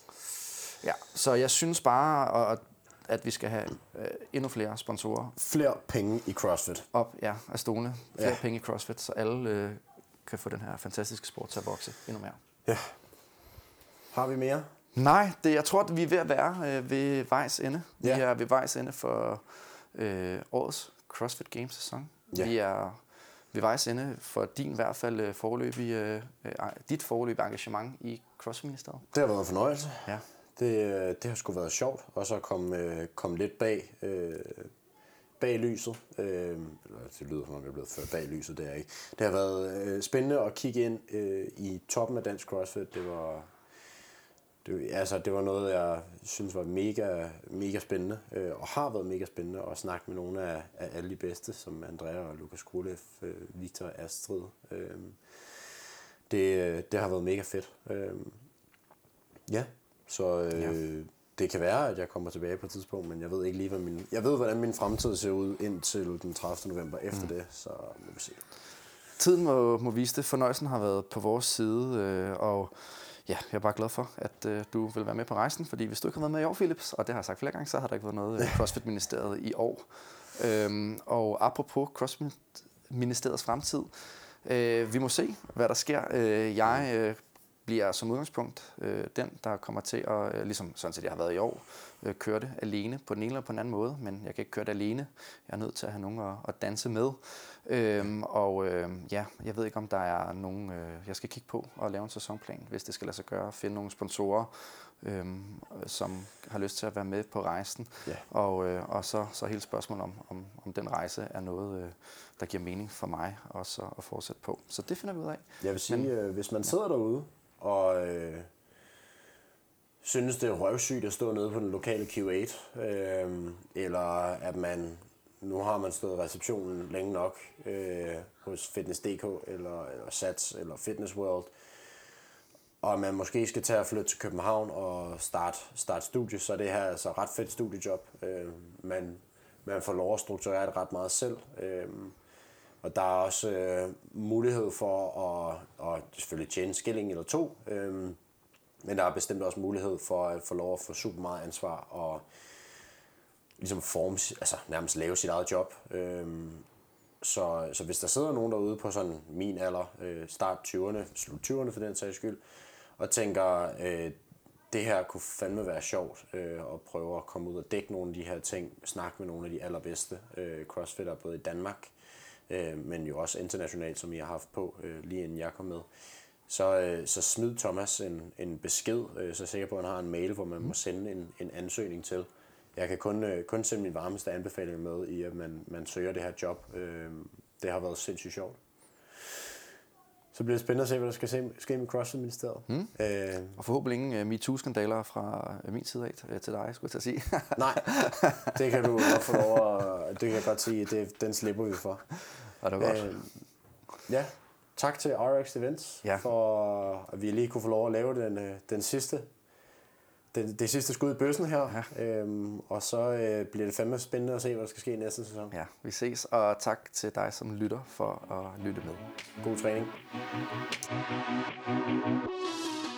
Ja, så jeg synes bare, at vi skal have øh, endnu flere sponsorer. Flere penge i CrossFit. Op, ja, af stolene. Flere ja. penge i CrossFit, så alle øh, kan få den her fantastiske sport til at vokse endnu mere. Ja. Har vi mere? Nej, det, jeg tror, at vi er ved at være øh, ved vejs ende. Ja. Vi er ved vejs ende for øh, årets CrossFit Games sæson. Ja. Vi er ved vejs ende for din i hvert fald øh, foreløbige, øh, dit foreløbige engagement i CrossFit-ministeriet. Det har været en fornøjelse. Ja. Det, det har sgu været sjovt, og så komme kom lidt bag, øh, bag lyset. Øh, det lyder som om jeg er blevet ført bag lyset, det er ikke. Det har været øh, spændende at kigge ind øh, i toppen af dansk CrossFit. Det var, det, altså, det var noget, jeg synes var mega, mega spændende, øh, og har været mega spændende at snakke med nogle af, af alle de bedste, som Andrea og Lukas Kulev, øh, Victor Astrid. Øh, det, det har været mega fedt. Øh, ja. Så øh, ja. Det kan være, at jeg kommer tilbage på et tidspunkt, men jeg ved ikke lige, hvad min, jeg ved, hvordan min fremtid ser ud indtil den tredivte november efter mm. det, så må vi se. Tiden må, må vise det. Fornøjelsen har været på vores side, øh, og ja, jeg er bare glad for, at øh, du vil være med på rejsen, fordi hvis du ikke har været med i år, Philips, og det har jeg sagt flere gange, så har der ikke været noget øh, CrossFit-ministeriet i år. Øhm, og apropos CrossFit-ministeriets fremtid, øh, vi må se, hvad der sker. Øh, jeg... Øh, bliver som udgangspunkt øh, den, der kommer til at, øh, ligesom sådan set jeg har været i år, øh, køre det alene på den ene eller på den anden måde, men jeg kan ikke køre det alene. Jeg er nødt til at have nogen at, at danse med. Øhm, og øh, ja, jeg ved ikke, om der er nogen, øh, jeg skal kigge på og lave en sæsonplan, hvis det skal lade sig gøre, finde nogle sponsorer, øh, som har lyst til at være med på rejsen. Yeah. Og, øh, og så, så hele spørgsmålet om, om, om den rejse er noget, øh, der giver mening for mig også at fortsætte på. Så det finder vi ud af. Jeg vil sige, men, øh, hvis man sidder ja. derude, og øh, synes, det er røvsygt at stå nede på den lokale Q otte, øh, eller at man, nu har man stået i receptionen længe nok øh, hos Fitness punktum d k, eller, eller Sats, eller Fitness World, og man måske skal tage og flytte til København og starte, starte studie, så det her er altså ret fedt studiejob. Øh, man, man får lov at strukturere det ret meget selv. Øh, Og der er også øh, mulighed for at, at selvfølgelig tjene en skilling eller to, øhm, men der er bestemt også mulighed for at få lov at få super meget ansvar og ligesom forme, altså nærmest lave sit eget job. Øhm, så, så hvis der sidder nogen derude på sådan min alder, øh, start tyverne, slut tyverne for den sags skyld, og tænker, øh, det her kunne fandme være sjovt øh, at prøve at komme ud og dække nogle af de her ting, snakke med nogle af de allerbedste øh, crossfitter, både i Danmark, øh, men jo også internationalt, som I har haft på, øh, lige inden jeg kom med. Så, øh, så smid Thomas en, en besked, øh, så er jeg sikker på, at han har en mail, hvor man mm. må sende en, en ansøgning til. Jeg kan kun, øh, kun sende min varmeste anbefaling med i, at man, man søger det her job. Øh, det har været sindssygt sjovt. Så bliver det spændende at se, hvad der skal ske, ske med CrossFit-ministeriet. Mm. Øh, og forhåbentlig ingen uh, MeToo-skandaler fra uh, min side af uh, til dig, skulle jeg til at sige. Nej, det kan du godt få lov at, det kan jeg godt sige, det, den slipper vi for. Og det var godt. Øh, ja, tak til R X Events, Ja. for at vi lige kunne få lov at lave den, øh, den sidste, den, det sidste skud i bøssen her. Ja. Øhm, og så øh, bliver det fandme spændende at se, hvad der skal ske i næste sæson. Ja, vi ses, og tak til dig som lytter for at lytte med. God træning.